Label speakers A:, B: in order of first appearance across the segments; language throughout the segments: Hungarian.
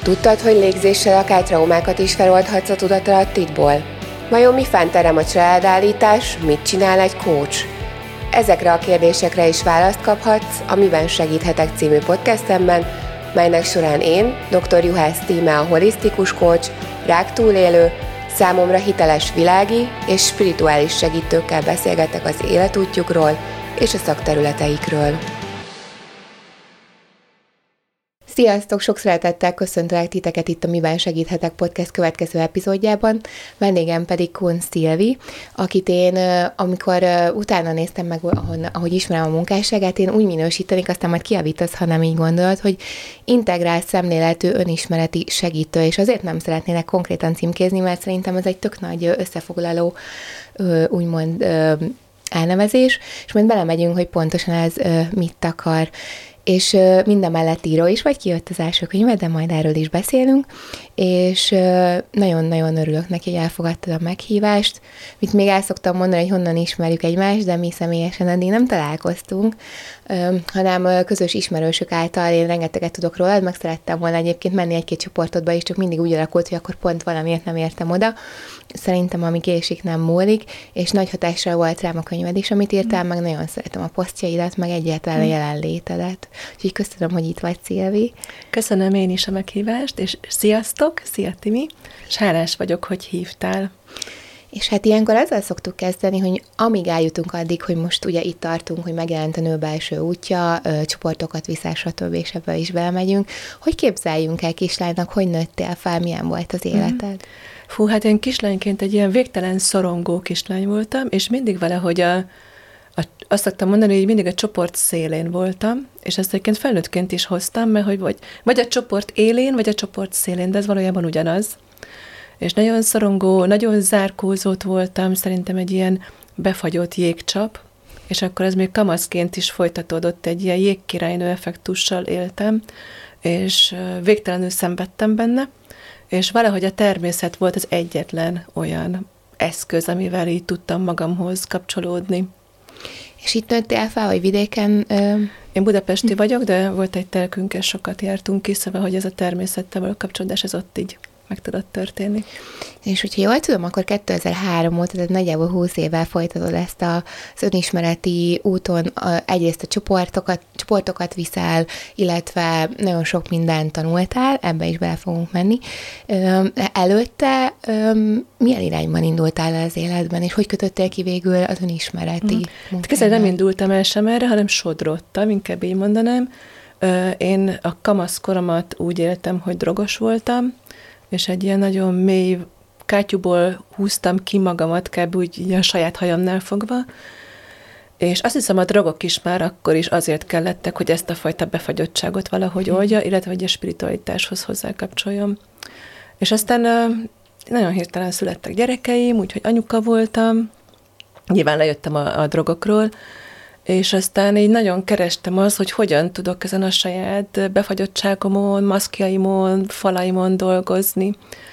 A: Tudtad, hogy légzéssel akár traumákat is feloldhatsz a tudatalattiból? Vajon mi fánterem a családállítás, mit csinál egy coach? Ezekre a kérdésekre is választ kaphatsz a Miben segíthetek című podcastemben, melynek során én, dr. Juhász Tíme, a holisztikus coach, ráktúlélő, számomra hiteles világi és spirituális segítőkkel beszélgetek az életútjukról és a szakterületeikről. Sziasztok! Sok szeretettel köszöntelek titeket itt a Miben segíthetek podcast következő epizódjában. Vendégem pedig Kun Szilvi, akit én, amikor utána néztem meg, ahogy ismerem a munkásságát, én úgy minősítenék, aztán majd kijavítasz, ha nem így gondolod, hogy integrált szemléletű önismereti segítő, és azért nem szeretnének konkrétan címkézni, mert szerintem ez egy tök nagy összefoglaló, úgymond elnevezés, és majd belemegyünk, hogy pontosan ez mit akar. És mindemellett író is vagy, kijött az első könyved, de majd erről is beszélünk, és nagyon-nagyon örülök neki, hogy elfogadtad a meghívást. Mit még el szoktam mondani, hogy honnan ismerjük egymást, de mi személyesen eddig nem találkoztunk, hanem közös ismerősök által én rengeteget tudok rólad, meg szerettem volna egyébként menni egy-két csoportodba, és csak mindig úgy alakult, hogy akkor pont valamiért nem értem oda. Szerintem, ami késik, nem múlik, és nagy hatásra volt rám a könyved is, amit írtál, meg nagyon szeretem a posztjaidat, meg egyáltalán a jelenlétedet. Úgyhogy köszönöm, hogy itt vagy, Szilvi.
B: Köszönöm én is a meghívást, és sziasztok, szia Timi, és hálás vagyok, hogy hívtál.
A: És hát ilyenkor ezzel szoktuk kezdeni, hogy amíg eljutunk addig, hogy most ugye itt tartunk, hogy megjelent a Nő belső útja, csoportokat viszel, stb. És ebből is belemegyünk. Hogy képzeljünk el kislánynak, hogy nőttél fel, milyen volt az életed?
B: Fú, hát én kislányként egy ilyen végtelen szorongó kislány voltam, és mindig valahogy azt szoktam mondani, hogy mindig a csoport szélén voltam, és ezt egyébként felnőttként is hoztam, mert hogy vagy a csoport élén, vagy a csoport szélén, de ez valójában ugyanaz. És nagyon szorongó, nagyon zárkózott voltam, szerintem egy ilyen befagyott jégcsap, és akkor ez még kamaszként is folytatódott, egy ilyen jégkirálynő effektussal éltem, és végtelenül szenvedtem benne, és valahogy a természet volt az egyetlen olyan eszköz, amivel így tudtam magamhoz kapcsolódni.
A: És itt nőttél fel, vagy vidéken?
B: Én budapesti vagyok, de volt egy telkünk, és sokat jártunk ki, szóval, hogy ez a természettel való kapcsolódás, ez ott így meg tudott történni.
A: És hogyha jól tudom, akkor 2003 óta, tehát nagyjából 20 évvel folytatod ezt az önismereti úton, egyrészt a csoportokat viszel, illetve nagyon sok mindent tanultál, ebbe is bele fogunk menni. Előtte milyen irányban indultál el az életben, és hogy kötöttél ki végül az önismereti
B: munkával? Nem indultam el sem erre, hanem sodródtam, inkább így mondanám. Én a kamaszkoromat úgy éltem, hogy drogos voltam, és egy ilyen nagyon mély kátyúból húztam ki magamat, kb. Úgy a saját hajamnál fogva, és azt hiszem, a drogok is már akkor is azért kellettek, hogy ezt a fajta befagyottságot valahogy oldja, illetve hogy a spiritualitáshoz hozzákapcsoljon. És aztán nagyon hirtelen születtek gyerekeim, úgyhogy anyuka voltam, nyilván lejöttem a drogokról, és aztán így nagyon kerestem azt, hogy hogyan tudok ezen a saját befagyottságomon, maszkjaimon, falaimon dolgozni.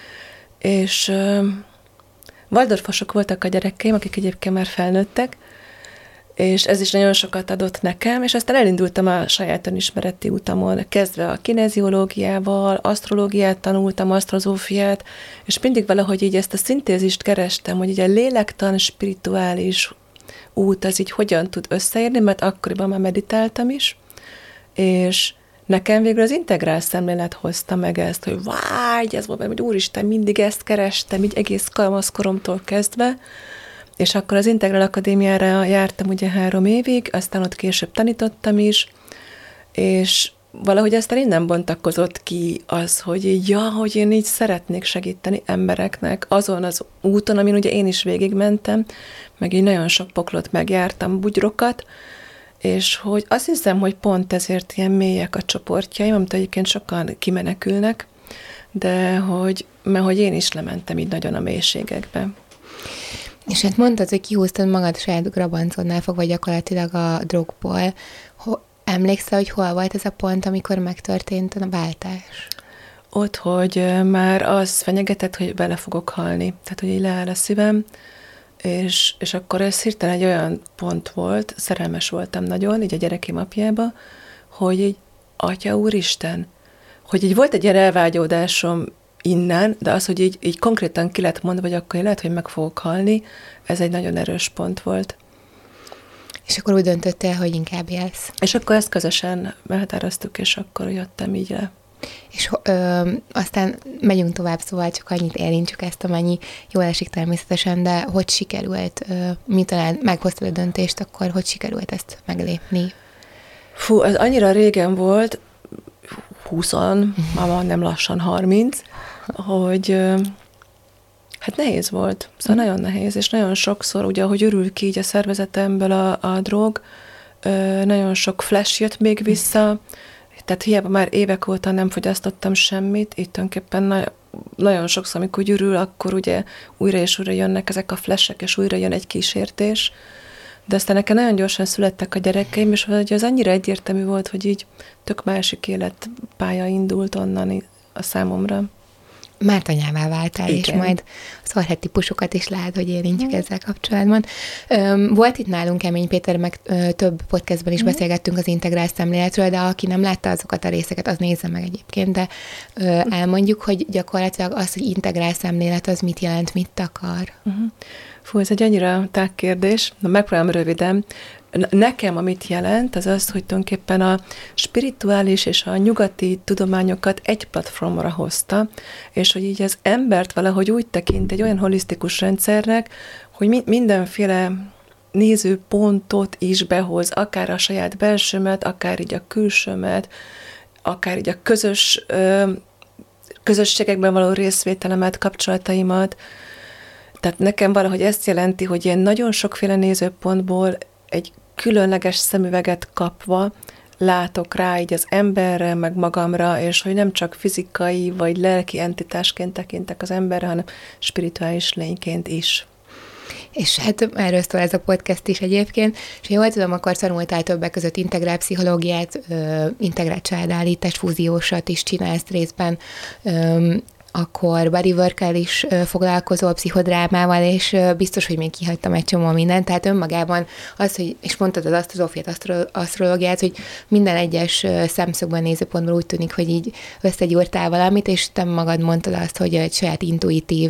B: És waldorfosok voltak a gyerekeim, akik egyébként már felnőttek, és ez is nagyon sokat adott nekem, és aztán elindultam a saját önismereti utamon, kezdve a kineziológiával, asztrológiát tanultam, asztrozófiát, és mindig valahogy így ezt a szintézist kerestem, hogy így a lélektan, spirituális út az így hogyan tud összeérni, mert akkoriban már meditáltam is, és nekem végül az integrál szemlélet hozta meg ezt, hogy vágy, ez volt, hogy úristen, mindig ezt kerestem, így egész kamaszkoromtól kezdve, és akkor az Integrál Akadémiára jártam ugye 3 évig, aztán ott később tanítottam is, és valahogy aztán innen bontakozott ki az, hogy hogy én így szeretnék segíteni embereknek azon az úton, amin ugye én is végigmentem, meg így nagyon sok poklot megjártam, bugyrokat, és hogy azt hiszem, hogy pont ezért ilyen mélyek a csoportjaim, amit egyébként sokan kimenekülnek, de mert hogy én is lementem így nagyon a mélységekbe.
A: És hát mondtad, hogy kihúztad magad saját grabancodnál fogva gyakorlatilag a drogból. Emlékszel, hogy hol volt ez a pont, amikor megtörtént a váltás?
B: Ott, hogy már az fenyegetett, hogy bele fogok halni. Tehát, hogy így leáll a szívem, és akkor ez hirtelen egy olyan pont volt, szerelmes voltam nagyon, így a gyerekem apjába, hogy így, Atya Úristen, hogy így volt egy ilyen elvágyódásom innen, de az, hogy így konkrétan ki lett mondva, hogy akkor lehet, hogy meg fogok halni, ez egy nagyon erős pont volt.
A: És akkor úgy döntöttél, hogy inkább élsz.
B: És akkor ezt közösen meghatároztuk, és akkor jöttem így le.
A: És aztán megyünk tovább, szóval csak annyit érintsük ezt, amennyi jól esik természetesen, de hogy sikerült, mi talán meghoztad a döntést, akkor hogy sikerült ezt meglépni?
B: Fú, ez annyira régen volt, 20, már nem lassan 30, hogy hát nehéz volt. Szóval nagyon nehéz, és nagyon sokszor, ugye, ahogy örül ki így a szervezetemből a drog, nagyon sok flash jött még vissza, tehát hiába már évek óta nem fogyasztottam semmit, így tulajdonképpen nagyon sokszor, amikor ürül, akkor ugye újra és újra jönnek ezek a flashek, és újra jön egy kísértés. De aztán nekem nagyon gyorsan születtek a gyerekeim, és az annyira egyértelmű volt, hogy így tök másik életpálya indult onnan a számomra.
A: Már anyává váltál, igen. És majd a szarhet típusokat is lehet, hogy érintjük ezzel kapcsolatban. Volt itt nálunk Kemény Péter, meg több podcastban is beszélgettünk az integrált szemléletről, de aki nem látta azokat a részeket, az nézze meg egyébként, de elmondjuk, hogy gyakorlatilag az, hogy integrált szemlélet, az mit jelent, mit akar.
B: Fú, ez egy annyira tág kérdés. Na, megpróbálom röviden. Nekem, amit jelent, az az, hogy tulajdonképpen a spirituális és a nyugati tudományokat egy platformra hozta, és hogy így az embert valahogy úgy tekint egy olyan holisztikus rendszernek, hogy mindenféle nézőpontot is behoz, akár a saját belsőmet, akár így a külsőmet, akár így a közösségekben való részvételemet, kapcsolataimat. Tehát nekem valahogy ezt jelenti, hogy ilyen nagyon sokféle nézőpontból egy különleges szemüveget kapva látok rá így az emberre, meg magamra, és hogy nem csak fizikai vagy lelki entitásként tekintek az emberre, hanem spirituális lényként is.
A: És hát erről szól ez a podcast is egyébként, és jól tudom, akkor tanultál többek között integrált pszichológiát, integrált családállítást, fúziósat is csinálsz részben, akkor bodywork-kel is foglalkozol, pszichodrámával, és biztos, hogy még kihagytam egy csomó mindent, tehát önmagában az, hogy, és mondtad az asztrozófiát, asztrológiát, hogy minden egyes szemszögben, nézőpontból úgy tűnik, hogy így összegyúrtál valamit, és te magad mondtad azt, hogy egy saját intuitív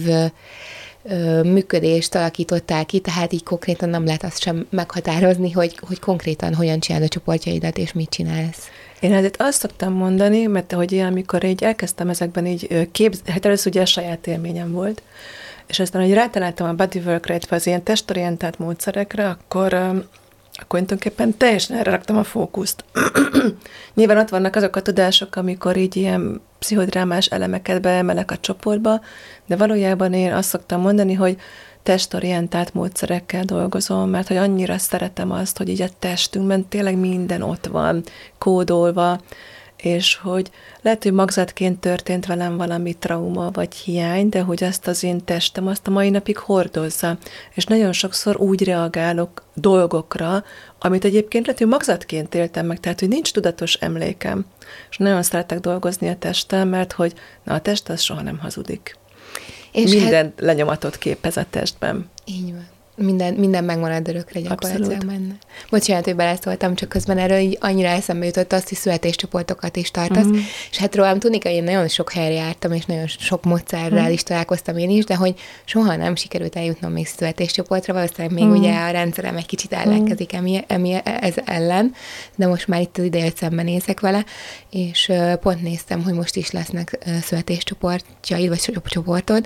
A: működést alakítottál ki, tehát így konkrétan nem lehet azt sem meghatározni, hogy konkrétan hogyan csinálod a csoportjaidat, és mit csinálsz.
B: Én azért azt szoktam mondani, mert hogy én, amikor így elkezdtem ezekben így hát először ugye a saját élményem volt, és aztán, hogy rátaláltam a bodyworkre, az ilyen testorientált módszerekre, akkor én tulajdonképpen teljesen erre raktam a fókuszt. Nyilván ott vannak azok a tudások, amikor így ilyen pszichodrámás elemeket beemelek a csoportba, de valójában én azt szoktam mondani, hogy testorientált módszerekkel dolgozom, mert hogy annyira szeretem azt, hogy így a testünkben tényleg minden ott van, kódolva, és hogy lehet, hogy magzatként történt velem valami trauma vagy hiány, de hogy azt az én testem azt a mai napig hordozza. És nagyon sokszor úgy reagálok dolgokra, amit egyébként lehet, hogy magzatként éltem meg, tehát hogy nincs tudatos emlékem. És nagyon szeretek dolgozni a testem, mert hogy a test az soha nem hazudik. És minden lenyomatot képez a testben.
A: Így van. Minden megmarad örökre gyakorlatilag benne. Bocsánat, hogy beleszóltam, csak közben erről így annyira eszembe jutott azt, hogy születéscsoportokat is tartasz, és hát rólam tudni, hogy én nagyon sok helyre jártam, és nagyon sok módszerrel is találkoztam én is, de hogy soha nem sikerült eljutnom még születéscsoportra, valószínűleg még ugye a rendszerem egy kicsit ellenkezik ez ellen, de most már itt az ideje, hogy szembenézek vele, és pont néztem, hogy most is lesznek születéscsoportjaid, vagy csoportod.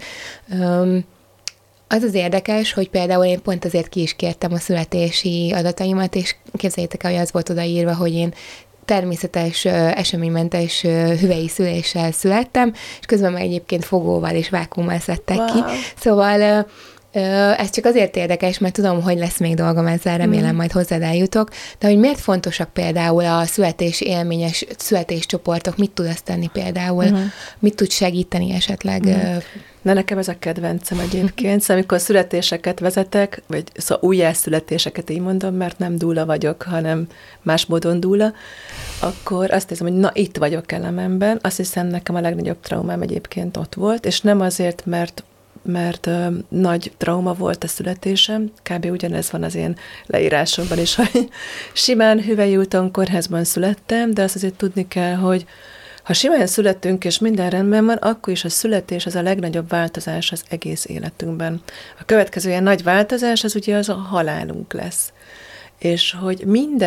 A: Az az érdekes, hogy például én pont azért ki is kértem a születési adataimat, és képzeljétek el, hogy az volt odaírva, hogy én természetes, eseménymentes hüvei szüléssel születtem, és közben meg egyébként fogóval és vákuummal szedtek ki. Szóval ez csak azért érdekes, mert tudom, hogy lesz még dolgom ezzel, remélem majd hozzád eljutok, de hogy miért fontosak például a születés élményes születéscsoportok, mit tud azt tenni például, mit tud segíteni esetleg?
B: Na, nekem ez a kedvencem egyébként, szóval amikor születéseket vezetek, vagy szóval újjászületéseket így mondom, mert nem dúla vagyok, hanem más módon dúla, akkor azt hiszem, hogy na, itt vagyok elememben, azt hiszem, nekem a legnagyobb traumám egyébként ott volt, és nem azért, mert nagy trauma volt a születésem, kb. Ugyanez van az én leírásomban is, hogy simán hüvely úton kórházban születtem, de azt azért tudni kell, hogy Ha simán születünk, és minden rendben van, akkor is a születés az a legnagyobb változás az egész életünkben. A következő ilyen nagy változás az ugye az a halálunk lesz. És hogy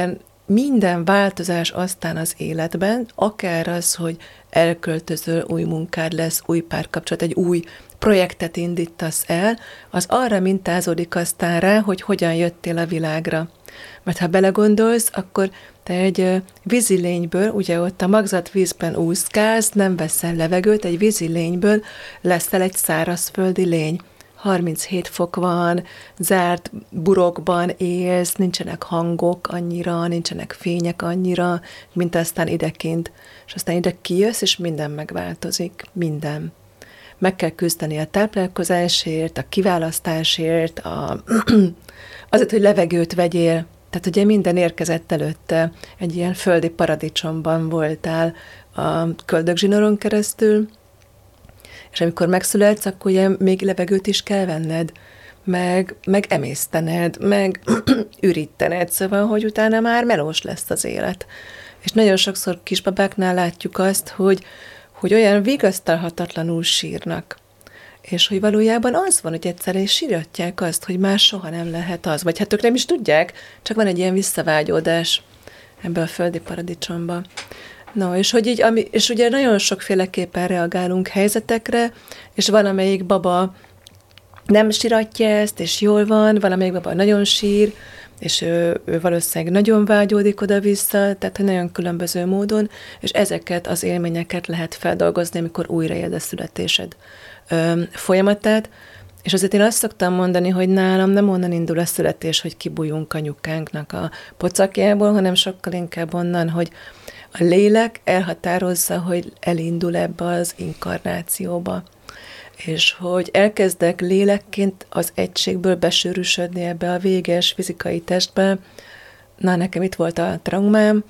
B: minden változás aztán az életben, akár az, hogy elköltözöl, új munkád lesz, új párkapcsolat, egy új projektet indítasz el, az arra mintázódik aztán rá, hogy hogyan jöttél a világra. Mert ha belegondolsz, akkor te egy vízilényből, ugye ott a magzatvízben úszkálsz, nem veszel levegőt, egy vízilényből leszel egy szárazföldi lény. 37 fok van, zárt burokban élsz, nincsenek hangok annyira, nincsenek fények annyira, mint aztán idekint. És aztán ide kijössz, és minden megváltozik. Minden. Meg kell küzdeni a táplálkozásért, a kiválasztásért, azért, hogy levegőt vegyél. Tehát ugye minden érkezett előtte. Egy ilyen földi paradicsomban voltál a köldögzsinoron keresztül, és amikor megszületsz, akkor ugye még levegőt is kell venned, meg emésztened, meg ürítened, szóval, hogy utána már melós lesz az élet. És nagyon sokszor kisbabáknál látjuk azt, hogy olyan vigasztalhatatlanul sírnak. És hogy valójában az van, hogy egyszerűen síratják azt, hogy már soha nem lehet az. Vagy hát ők nem is tudják, csak van egy ilyen visszavágyódás ebbe a földi paradicsomba. No, és hogy így, és ugye nagyon sokféleképpen reagálunk helyzetekre, és van, amelyik baba nem síratja ezt, és jól van, valamelyik baba nagyon sír, és ő valószínűleg nagyon vágyódik oda-vissza, tehát nagyon különböző módon, és ezeket az élményeket lehet feldolgozni, amikor újraéld a születésed folyamatát, és azért én azt szoktam mondani, hogy nálam nem onnan indul a születés, hogy kibújjunk anyukánknak a pocakjából, hanem sokkal inkább onnan, hogy a lélek elhatározza, hogy elindul ebbe az inkarnációba, és hogy elkezdek lélekként az egységből besűrűsödni ebbe a véges fizikai testbe. Na, nekem itt volt a traumám,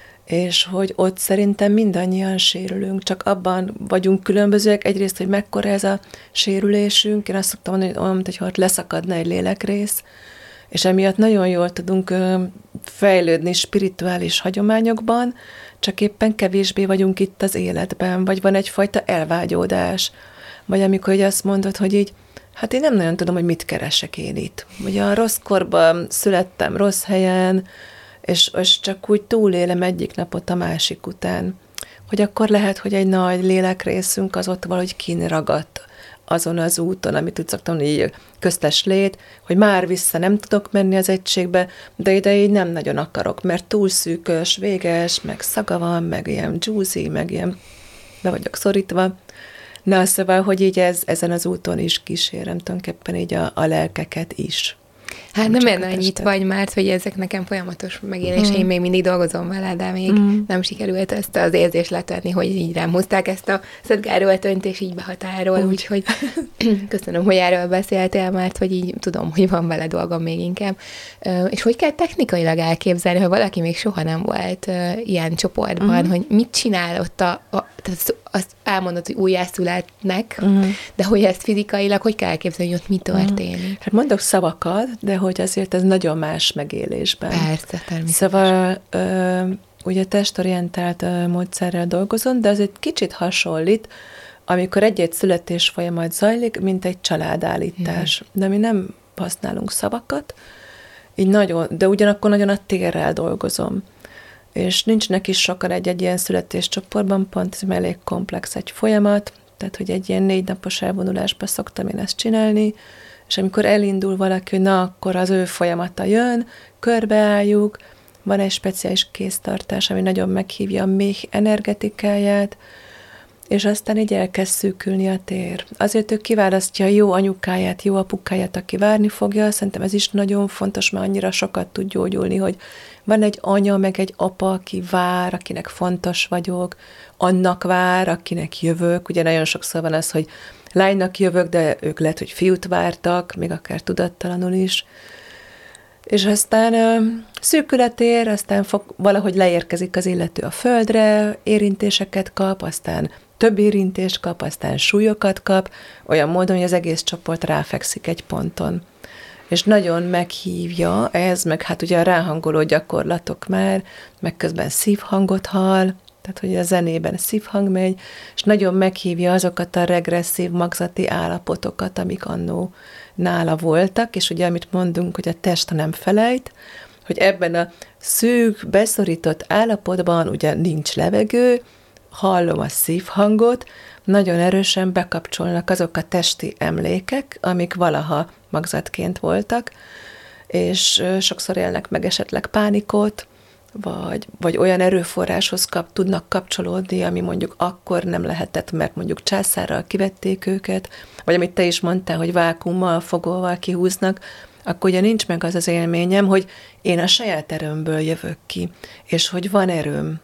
B: és hogy ott szerintem mindannyian sérülünk, csak abban vagyunk különbözőek. Egyrészt, hogy mekkora ez a sérülésünk. Én azt szoktam mondani, hogy olyan, mintha ott leszakadna egy lélekrész, és emiatt nagyon jól tudunk fejlődni spirituális hagyományokban, csak éppen kevésbé vagyunk itt az életben, vagy van egyfajta elvágyódás. Vagy amikor így azt mondod, hogy így, hát én nem nagyon tudom, hogy mit keresek én itt. Ugye a rossz korban születtem, rossz helyen, és csak úgy túlélem egyik napot a másik után. Hogy akkor lehet, hogy egy nagy lélekrészünk az ott valahogy kinragadt azon az úton, amit úgy szoktam így köztes lét, hogy már vissza nem tudok menni az egységbe, de ide így nem nagyon akarok, mert túl szűkös, véges, meg szaga van, meg ilyen juicy, meg ilyen be vagyok szorítva. Na, szóval, hogy így ezen az úton is kísérem tulajdonképpen így a lelkeket is.
A: Hát nem annyit vagy már, hogy ezek nekem folyamatos megéléseim, még mindig dolgozom vele, de még nem sikerült ezt az érzést letenni, hogy így rám hozták ezt a Szent Gárolytönt, és így behatárol, úgyhogy köszönöm, hogy erről beszéltél, mert hogy így tudom, hogy van vele dolgom még inkább. És hogy kell technikailag elképzelni, ha valaki még soha nem volt ilyen csoportban, hogy mit csinál ott tehát azt elmondod, hogy újjászületnek, de hogy ezt fizikailag, hogy kell elképzelni, hogy ott mi történik?
B: Hát mondok szavakat, de hogy azért ez nagyon más megélésben.
A: Persze, természetesen.
B: Szóval ugye testorientált módszerrel dolgozom, de az egy kicsit hasonlít, amikor egy-egy születés folyamat zajlik, mint egy családállítás. De mi nem használunk szavakat, így nagyon, de ugyanakkor nagyon a térrel dolgozom. És nincs neki sokan egy ilyen születéscsoportban, pont ez elég komplex egy folyamat, tehát hogy egy ilyen 4 napos elvonulásban szoktam én ezt csinálni, és amikor elindul valaki, hogy na, akkor az ő folyamata jön, körbeálljuk, van egy speciális kéztartás, ami nagyon meghívja a méh energetikáját, és aztán így elkezd szűkülni a tér. Azért ő kiválasztja a jó anyukáját, jó apukáját, aki várni fogja, szerintem ez is nagyon fontos, mert annyira sokat tud gyógyulni, hogy van egy anya, meg egy apa, aki vár, akinek fontos vagyok, annak vár, akinek jövök. Ugye nagyon sokszor van az, hogy lánynak jövök, de ők lehet, hogy fiút vártak, még akár tudattalanul is. És aztán szűkül a tér, aztán valahogy leérkezik az illető a földre, érintéseket kap, aztán több érintést kap, aztán súlyokat kap, olyan módon, hogy az egész csoport ráfekszik egy ponton. És nagyon meghívja ez, meg hát ugye a ráhangoló gyakorlatok már, meg közben szívhangot hall, Tehát, hogy a zenében szívhang megy, és nagyon meghívja azokat a regresszív magzati állapotokat, amik annó nála voltak, és ugye, amit mondunk, hogy a test nem felejt, hogy ebben a szűk, beszorított állapotban ugye nincs levegő, hallom a szívhangot, nagyon erősen bekapcsolnak azok a testi emlékek, amik valaha magzatként voltak, és sokszor élnek meg esetleg pánikot, vagy olyan erőforráshoz tudnak kapcsolódni, ami mondjuk akkor nem lehetett, mert mondjuk császárral kivették őket, vagy amit te is mondtál, hogy vákuummal, fogóval kihúznak, akkor ugye nincs meg az az élményem, hogy én a saját erőmből jövök ki, és hogy van erőm.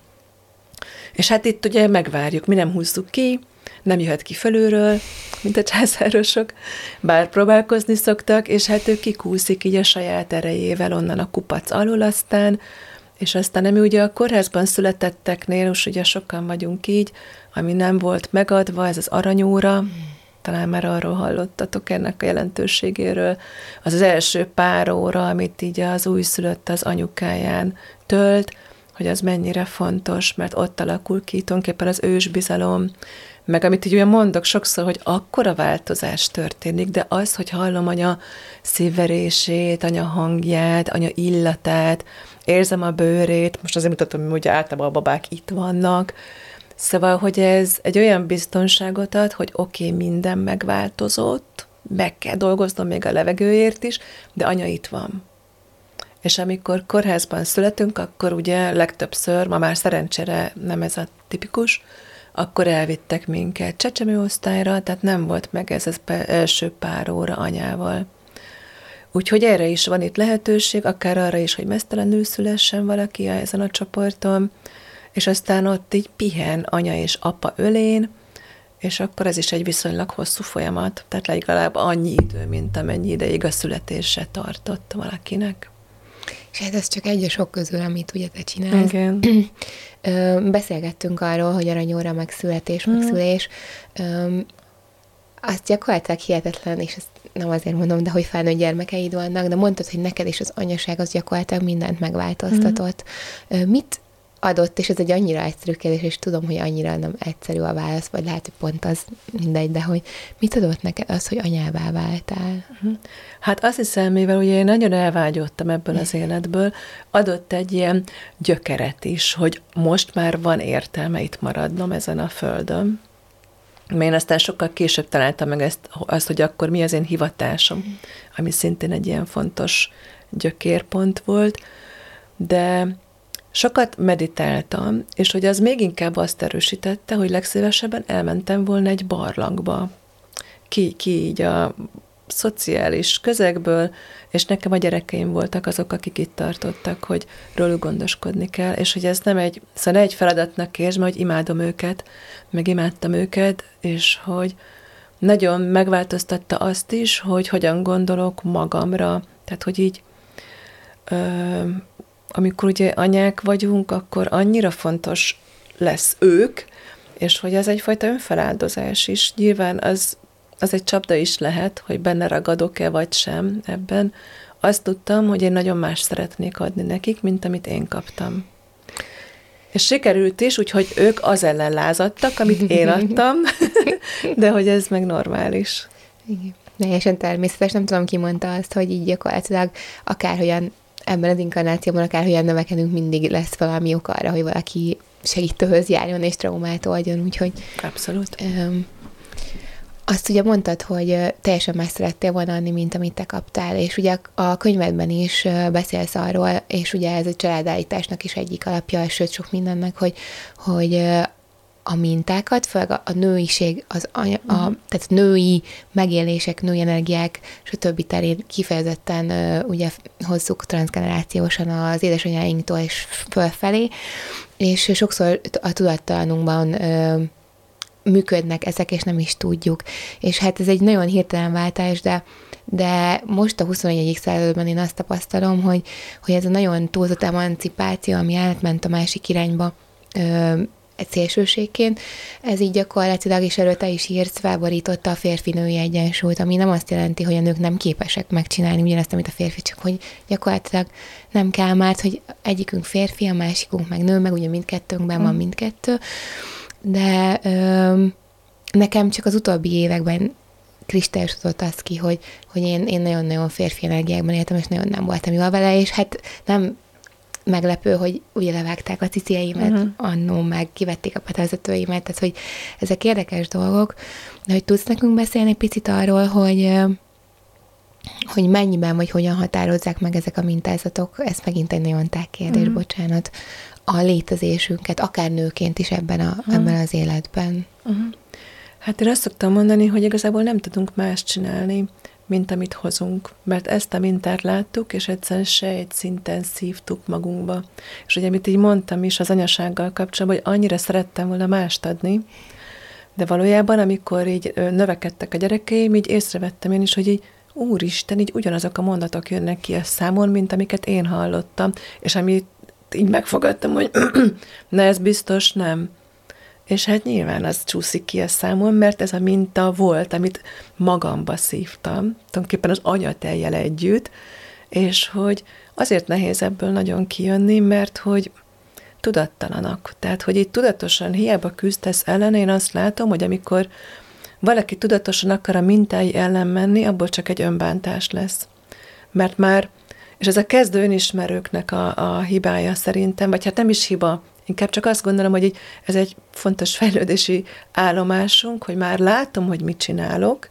B: És hát itt ugye megvárjuk, mi nem húzzuk ki, nem jöhet ki fölülről, mint a császárosok, bár próbálkozni szoktak, és hát ő kikúszik így a saját erejével onnan a kupac alul aztán, és aztán ami ugye a kórházban születetteknél, és ugye sokan vagyunk így, ami nem volt megadva, ez az aranyóra, talán már arról hallottatok ennek a jelentőségéről, az első pár óra, amit így az újszülött az anyukáján tölt, hogy az mennyire fontos, mert ott alakul ki tulajdonképpen az ősbizalom, meg amit így olyan mondok sokszor, hogy akkora változás történik, de az, hogy hallom anya szívverését, anya hangját, anya illatát, érzem a bőrét, most azért mutatom, hogy általában a babák itt vannak, szóval, hogy ez egy olyan biztonságot ad, hogy oké, minden megváltozott, meg kell dolgoznom még a levegőért is, de anya itt van. És amikor kórházban születünk, akkor ugye legtöbbször, ma már szerencsére nem ez a tipikus, akkor elvittek minket csecsemőosztályra, tehát nem volt meg ez az első pár óra anyával. Úgyhogy erre is van itt lehetőség, akár arra is, hogy meztelenül szülessen valaki ezen a csoporton, és aztán ott így pihen anya és apa ölén, és akkor ez is egy viszonylag hosszú folyamat, tehát legalább annyi idő, mint amennyi ideig a születésre tartott valakinek.
A: És hát ez csak egy a sok közül, amit ugye te csinálsz.
B: Igen.
A: Beszélgettünk arról, hogy aranyóra, meg születés, meg szülés. Az gyakorlatilag hihetetlen, és ezt nem azért mondom, de hogy felnőtt gyermekeid vannak, de mondtad, hogy neked is az anyaság az gyakorlatilag mindent megváltoztatott. Mit adott, és ez egy annyira egyszerű kérdés, és tudom, hogy annyira nem egyszerű a válasz, vagy lehet, hogy pont az mindegy, de hogy mit adott neked az, hogy anyává váltál?
B: Hát azt hiszem, mivel ugye én nagyon elvágyottam ebből az életből, adott egy ilyen gyökeret is, hogy most már van értelme itt maradnom ezen a földön. Én aztán sokkal később találtam meg azt, hogy akkor mi az én hivatásom, ami szintén egy ilyen fontos gyökérpont volt, de sokat meditáltam, és hogy az még inkább azt erősítette, hogy legszívesebben elmentem volna egy barlangba. Ki így a szociális közegből, és nekem a gyerekeim voltak azok, akik itt tartottak, hogy róluk gondoskodni kell, és hogy ez nem egy feladatnak érzem, hogy imádom őket, meg imádtam őket, és hogy nagyon megváltoztatta azt is, hogy hogyan gondolok magamra, tehát hogy így amikor ugye anyák vagyunk, akkor annyira fontos lesz ők, és hogy ez egyfajta önfeláldozás is. Nyilván az egy csapda is lehet, hogy benne ragadok-e vagy sem ebben. Azt tudtam, hogy én nagyon más szeretnék adni nekik, mint amit én kaptam. És sikerült is, úgyhogy ők az ellen lázadtak, amit én adtam, de hogy ez meg normális.
A: Igen. Teljesen természetes, nem tudom, ki mondta azt, hogy így gyakorlatilag akárhogyan ebben az inkarnációban, akárhogyan növekedünk, mindig lesz valami ok arra, hogy valaki segítőhöz járjon és traumát oldjon, úgyhogy...
B: Abszolút.
A: Azt ugye mondtad, hogy teljesen más szerettél volna adni, mint amit te kaptál, és ugye a könyvedben is beszélsz arról, és ugye ez a családállításnak is egyik alapja, sőt sok mindennek, hogy a mintákat, főleg a nőiség, tehát női megélések, női energiák, és a többi terén kifejezetten ugye hozzuk transzgenerációsan az édesanyáinktól és fölfelé, és sokszor a tudattalanunkban működnek ezek, és nem is tudjuk. És hát ez egy nagyon hirtelen váltás, de most a 21. században én azt tapasztalom, hogy ez a nagyon túlzott emancipáció, ami átment a másik irányba, egy szélsőségként, ez így gyakorlatilag, és erről te is írsz, felborította a férfi-női egyensúlyt, ami nem azt jelenti, hogy a nők nem képesek megcsinálni ugyanezt, amit a férfi, csak hogy gyakorlatilag nem kell már, hogy egyikünk férfi, a másikunk meg nő, meg ugye mindkettőnkben van mindkettő, de nekem csak az utóbbi években kristályosodott az ki, hogy én nagyon-nagyon férfi energiákban éltem, és nagyon nem voltam jól vele, és hát nem meglepő, hogy ugye levágták a cicieimet annó, meg kivették a patavezetőimet, tehát hogy ezek érdekes dolgok, de hogy tudsz nekünk beszélni egy picit arról, hogy mennyiben, vagy hogyan határozzák meg ezek a mintázatok, ez megint egy nagyon tág kérdés, bocsánat, a létezésünket, akár nőként is ebben az életben.
B: Hát én azt szoktam mondani, hogy igazából nem tudunk más csinálni, mint amit hozunk, mert ezt a mintát láttuk, és egyszerűen sejtszinten szívtuk magunkba. És ugye, amit így mondtam is az anyasággal kapcsolatban, hogy annyira szerettem volna mást adni, de valójában, amikor így növekedtek a gyerekeim, így észrevettem én is, hogy így úristen, így ugyanazok a mondatok jönnek ki a számon, mint amiket én hallottam, és amit így megfogadtam, hogy na ez biztos nem. És hát nyilván az csúszik ki a számon, mert ez a minta volt, amit magamba szívtam, tulajdonképpen az anyatejjel együtt, és hogy azért nehéz ebből nagyon kijönni, mert hogy tudattalanak. Tehát, hogy itt tudatosan hiába küzdesz ellen, én azt látom, hogy amikor valaki tudatosan akar a mintái ellen menni, abból csak egy önbántás lesz. Mert már, és ez a kezdő önismerőknek a hibája szerintem, vagy hát nem is hiba, inkább csak azt gondolom, hogy ez egy fontos fejlődési állomásunk, hogy már látom, hogy mit csinálok,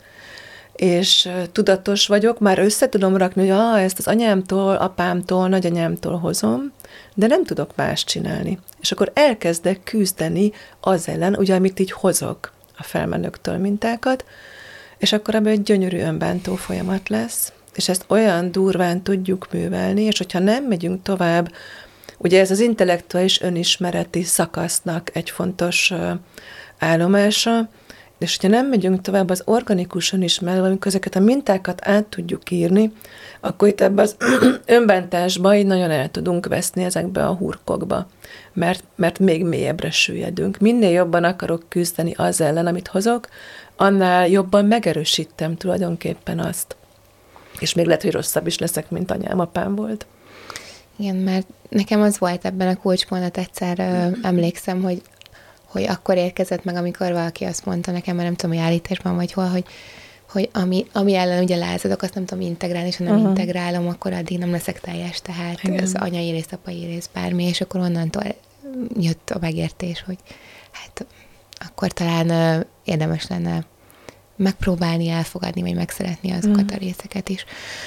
B: és tudatos vagyok, már össze tudom rakni, hogy ezt az anyámtól, apámtól, nagyanyámtól hozom, de nem tudok más csinálni. És akkor elkezdek küzdeni az ellen, ugye, amit így hozok a felmenőktől mintákat, és akkor ebből egy gyönyörű önbántó folyamat lesz, és ezt olyan durván tudjuk művelni, és hogyha nem megyünk tovább, ugye ez az intellektuális önismereti szakasznak egy fontos állomása, és hogyha nem megyünk tovább az organikus önismeretbe, amikor ezeket a mintákat át tudjuk írni, akkor itt ebben az önbántásba így nagyon el tudunk veszni ezekbe a hurkokba, mert még mélyebbre süllyedünk. Minél jobban akarok küzdeni az ellen, amit hozok, annál jobban megerősítem tulajdonképpen azt. És még lehet, hogy rosszabb is leszek, mint anyám, apám volt.
A: Igen, mert nekem az volt ebben a kulcsmondat egyszer, emlékszem, hogy akkor érkezett meg, amikor valaki azt mondta nekem, mert nem tudom, hogy állításban vagy hol, hogy ami ellen ugye lázadok, azt nem tudom integrálni, és ha nem integrálom, akkor addig nem leszek teljes, tehát az anyai rész, apai rész, bármi, és akkor onnantól jött a megértés, hogy hát akkor talán érdemes lenne megpróbálni, elfogadni, vagy megszeretni azokat a részeket is.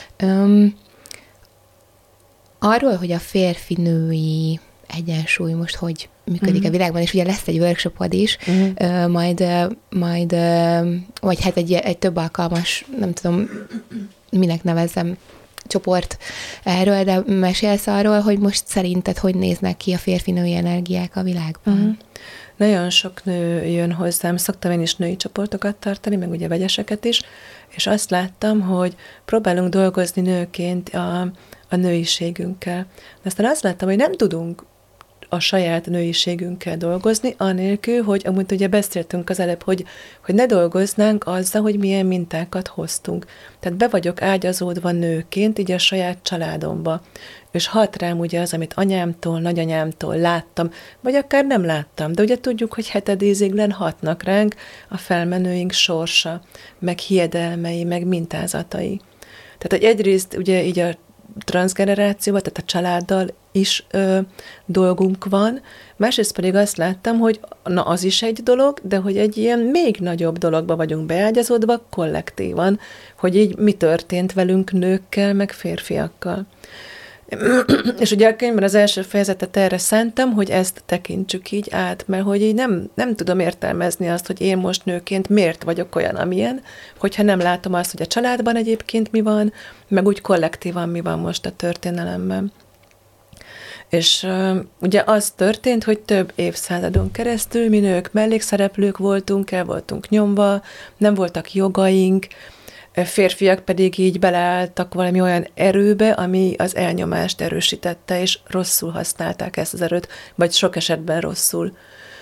A: Arról, hogy a férfi-női egyensúly most hogy működik a világban, és ugye lesz egy workshopod is, majd vagy hát egy több alkalmas, nem tudom, minek nevezzem, csoport erről, de mesélsz arról, hogy most szerinted hogy néznek ki a férfi-női energiák a világban?
B: Nagyon sok nő jön hozzám, szoktam én is női csoportokat tartani, meg ugye vegyeseket is, és azt láttam, hogy próbálunk dolgozni nőként a nőiségünkkel. De aztán azt láttam, hogy nem tudunk a saját nőiségünkkel dolgozni, anélkül, hogy amúgy ugye beszéltünk az előbb, hogy ne dolgoznánk azzal, hogy milyen mintákat hoztunk. Tehát be vagyok ágyazódva nőként, így a saját családomba. És hat rám ugye az, amit anyámtól, nagyanyámtól láttam, vagy akár nem láttam, de ugye tudjuk, hogy hetedíziglen hatnak ránk a felmenőink sorsa, meg hiedelmei, meg mintázatai. Tehát, hogy egyrészt ugye így a transzgenerációval, tehát a családdal is dolgunk van, másrészt pedig azt láttam, hogy na az is egy dolog, de hogy egy ilyen még nagyobb dologba vagyunk beágyazódva kollektívan, hogy így mi történt velünk nőkkel, meg férfiakkal. És ugye a könyvben az első fejezetet erre szántam, hogy ezt tekintsük így át, mert hogy így nem tudom értelmezni azt, hogy én most nőként miért vagyok olyan, amilyen, hogyha nem látom azt, hogy a családban egyébként mi van, meg úgy kollektívan mi van most a történelemben. És ugye az történt, hogy több évszázadon keresztül mi nők mellékszereplők voltunk, el voltunk nyomva, nem voltak jogaink, férfiak pedig így beleálltak valami olyan erőbe, ami az elnyomást erősítette, és rosszul használták ezt az erőt, vagy sok esetben rosszul.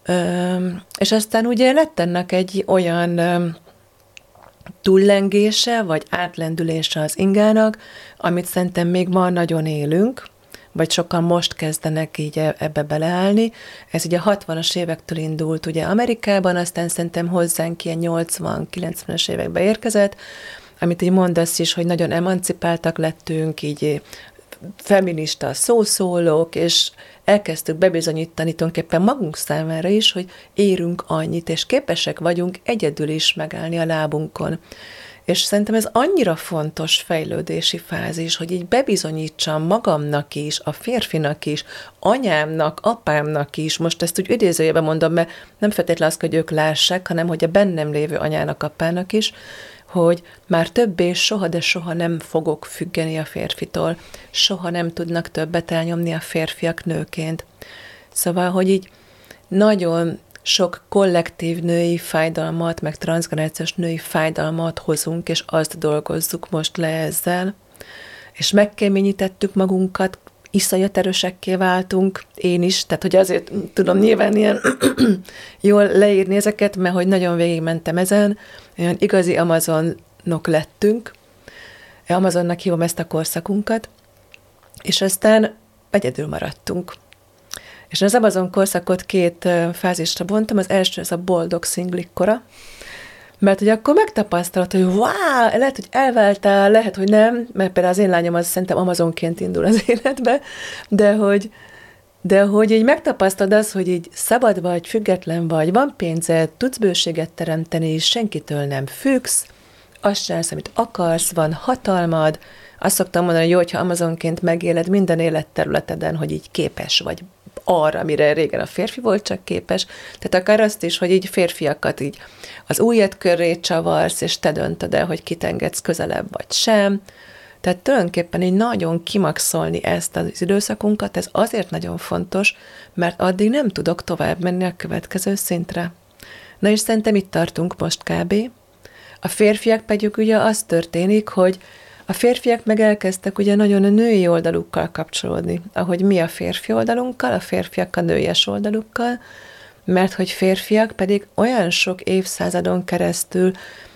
B: És aztán ugye lett ennek egy olyan túllengése, vagy átlendülése az ingának, amit szerintem még ma nagyon élünk, vagy sokan most kezdenek így ebbe beleállni. Ez ugye a 60-as évektől indult ugye Amerikában, aztán szerintem hozzánk ilyen 80-90-es évekbe érkezett, amit így mondasz is, hogy nagyon emancipáltak lettünk, így feminista szószólók, és elkezdtük bebizonyítani tulajdonképpen magunk számára is, hogy érünk annyit, és képesek vagyunk egyedül is megállni a lábunkon. És szerintem ez annyira fontos fejlődési fázis, hogy így bebizonyítsam magamnak is, a férfinak is, anyámnak, apámnak is, most ezt úgy idézőjében mondom, mert nem feltétlenül az, hogy ők lássák, hanem hogy a bennem lévő anyának, apának is, hogy már többé soha, de soha nem fogok függeni a férfitól, soha nem tudnak többet elnyomni a férfiak nőként. Szóval, hogy így nagyon sok kollektív női fájdalmat, meg transzgenerációs női fájdalmat hozunk, és azt dolgozzuk most le ezzel, és megkeményítettük magunkat, iszonyat erősekké váltunk, én is, tehát hogy azért tudom nyilván ilyen jól leírni ezeket, mert hogy nagyon végigmentem ezen, olyan igazi Amazonok lettünk, Amazonnak hívom ezt a korszakunkat, és aztán egyedül maradtunk. És az Amazon korszakot 2 fázisra bontom, az első az a boldog szinglik kora, mert hogy akkor megtapasztalod, hogy wow, lehet, hogy elváltál, lehet, hogy nem, mert például az én lányom az szerintem Amazonként indul az életbe, de hogy így megtapasztalod az, hogy így szabad vagy, független vagy, van pénzed, tudsz bőséget teremteni, és senkitől nem függsz, azt csinálsz, amit akarsz, van hatalmad, azt szoktam mondani, hogy jó, hogyha Amazonként megéled minden életterületeden, hogy így képes vagy arra, amire régen a férfi volt csak képes. Tehát akár azt is, hogy így férfiakat így az ujjad köré csavarsz, és te döntöd el, hogy kit engedsz közelebb vagy sem. Tehát tulajdonképpen így nagyon kimaxolni ezt az időszakunkat, ez azért nagyon fontos, mert addig nem tudok tovább menni a következő szintre. Na és szerintem itt tartunk most kb. A férfiak pedig ugye az történik, hogy a férfiak meg elkezdtek ugye nagyon a női oldalukkal kapcsolódni, ahogy mi a férfi oldalunkkal, a férfiak a nőies oldalukkal, mert hogy férfiak pedig olyan sok évszázadon keresztül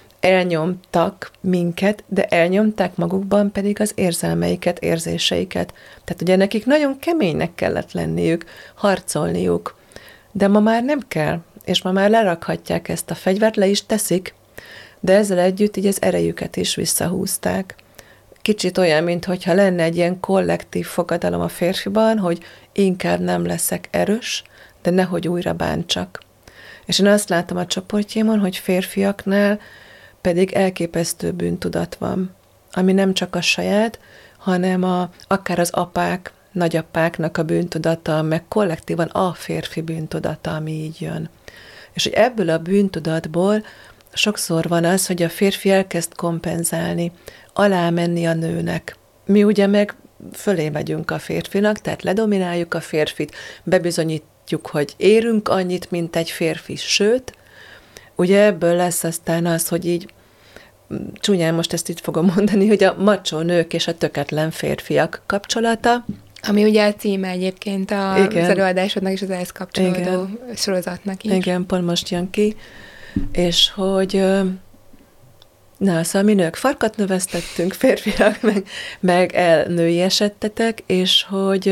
B: elnyomtak minket, de elnyomták magukban pedig az érzelmeiket, érzéseiket. Tehát ugye nekik nagyon keménynek kellett lenniük, harcolniuk, de ma már nem kell, és ma már lerakhatják ezt a fegyvert, le is teszik, de ezzel együtt így az erejüket is visszahúzták. Kicsit olyan, mintha lenne egy ilyen kollektív fogadalom a férfiban, hogy inkább nem leszek erős, de nehogy újra bántsak. És én azt látom a csoportjaimon, hogy férfiaknál pedig elképesztő bűntudat van, ami nem csak a saját, hanem akár az apák, nagyapáknak a bűntudata, meg kollektívan a férfi bűntudata, ami így jön. És hogy ebből a bűntudatból sokszor van az, hogy a férfi elkezd kompenzálni, alá menni a nőnek. Mi ugye meg fölé megyünk a férfinak, tehát ledomináljuk a férfit, bebizonyítjuk, hogy érünk annyit, mint egy férfi, sőt, ugye ebből lesz aztán az, hogy így csúnyán most ezt itt fogom mondani, hogy a macsó nők és a töketlen férfiak kapcsolata.
A: Ami ugye a címe egyébként az előadásodnak és az ehhez kapcsolódó sorozatnak is.
B: Igen, pont most jön ki. És hogy szóval mi nők farkat növesztettünk, férfiak, meg elnői esettetek, és hogy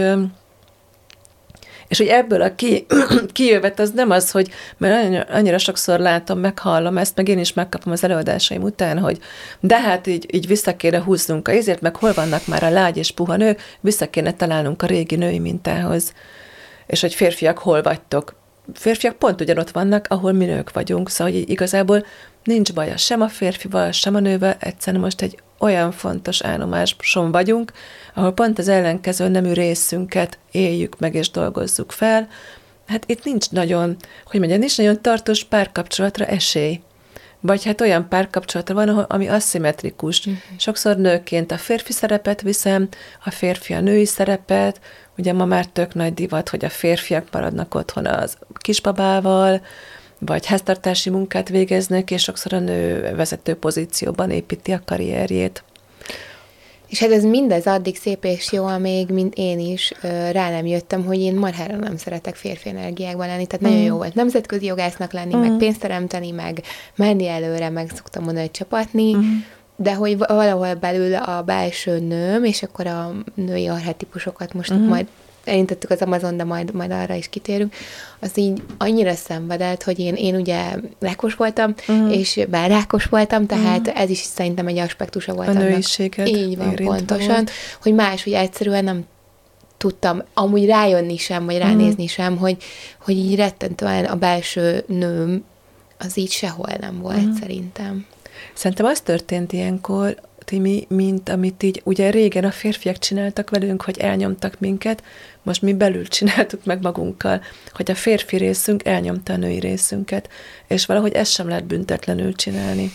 B: ebből a kijövet az nem az, hogy, mert annyira sokszor látom, meghallom ezt, meg én is megkapom az előadásaim után, hogy de hát így vissza kéne húznunk ezért, meg hol vannak már a lágy és puha nők, vissza kéne találnunk a régi női mintához. És hogy férfiak, hol vagytok? Férfiak pont ugyanott vannak, ahol mi nők vagyunk, szóval hogy igazából nincs baja sem a férfival, sem a nővel, egyszerűen most egy olyan fontos állomáson vagyunk, ahol pont az ellenkező nemű részünket éljük meg és dolgozzuk fel. Hát itt nincs nagyon, nincs nagyon tartós párkapcsolatra esély. Vagy hát olyan párkapcsolatra van, ami aszimmetrikus. Sokszor nőként a férfi szerepet viszem, a férfi a női szerepet, ugye ma már tök nagy divat, hogy a férfiak maradnak otthon az kisbabával, vagy háztartási munkát végeznek, és sokszor a nő vezető pozícióban építi a karrierjét.
A: És hát ez mindez addig szép és jó, amíg, mint én is, rá nem jöttem, hogy én marhára nem szeretek férfi energiákban lenni, tehát nagyon jó volt nemzetközi jogásznak lenni, meg pénzt teremteni, meg menni előre, meg szoktam mondani, hogy csapatni, de hogy valahol belül a belső nőm, és akkor a női archetípusokat most majd elintettük az Amazon, de majd arra is kitérünk, az így annyira szenvedett, hogy én ugye rákos voltam, és bár rákos voltam, tehát ez is szerintem egy aspektusa volt
B: a
A: annak.
B: nőiséget
A: Így van, pontosan, volt. Hogy máshogy egyszerűen nem tudtam amúgy rájönni sem, vagy ránézni sem, hogy így rettentően a belső nőm az így sehol nem volt szerintem.
B: Szerintem az történt ilyenkor, Timi, mint amit így ugye régen a férfiak csináltak velünk, hogy elnyomtak minket, most mi belül csináltuk meg magunkkal, hogy a férfi részünk elnyomta a női részünket, és valahogy ezt sem lehet büntetlenül csinálni.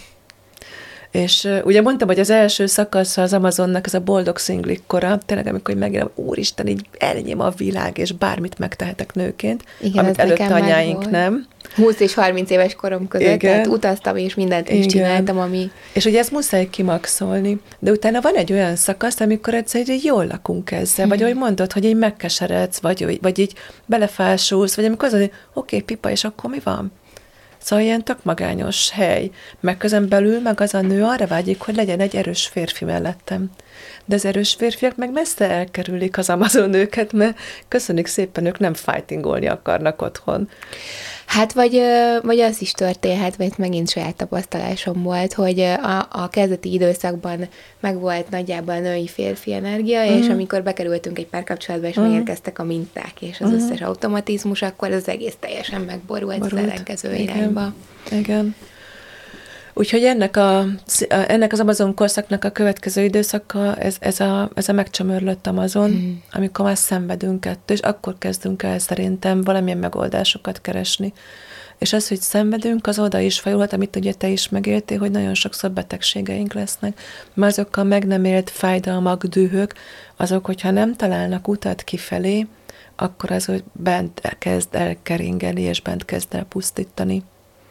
B: És ugye mondtam, hogy az első szakasz az Amazonnak, ez a boldog szinglik kora, tényleg amikor megjelem, úristen, így elnyém a világ, és bármit megtehetek nőként,
A: igen,
B: amit előtt anyáink nem.
A: 20 és 30 éves korom között, igen. Tehát utaztam, és mindent is csináltam, ami...
B: És ugye ezt muszáj kimaxolni, de utána van egy olyan szakasz, amikor egyszerűen jól lakunk ezzel, vagy ahogy mondod, hogy így megkeseredsz, vagy így belefásulsz, vagy amikor az, hogy oké, pipa, és akkor mi van? Szóval ilyen tök magányos hely, meg közben belül meg az a nő arra vágyik, hogy legyen egy erős férfi mellettem. De az erős férfiak meg messze elkerülik az Amazon nőket, mert köszönjük szépen, ők nem fightingolni akarnak otthon.
A: Hát, vagy az is történhet, vagy megint saját tapasztalásom volt, hogy a kezdeti időszakban megvolt nagyjából a női-férfi energia, és amikor bekerültünk egy párkapcsolatba, és megérkeztek a minták, és az összes automatizmus, akkor az egész teljesen megborult az ellenkező irányba.
B: Igen. Úgyhogy ennek az Amazon korszaknak a következő időszaka, ez a megcsömörlött Amazon, amikor már szenvedünk ettől, és akkor kezdünk el szerintem valamilyen megoldásokat keresni. És az, hogy szenvedünk, az oda is fajulhat, amit ugye te is megéltél, hogy nagyon sokszor betegségeink lesznek. Mert azok a meg nem élt fájdalmak, dühök, azok, hogyha nem találnak utat kifelé, akkor az, hogy bent kezd el keringeni, és bent kezd el pusztítani.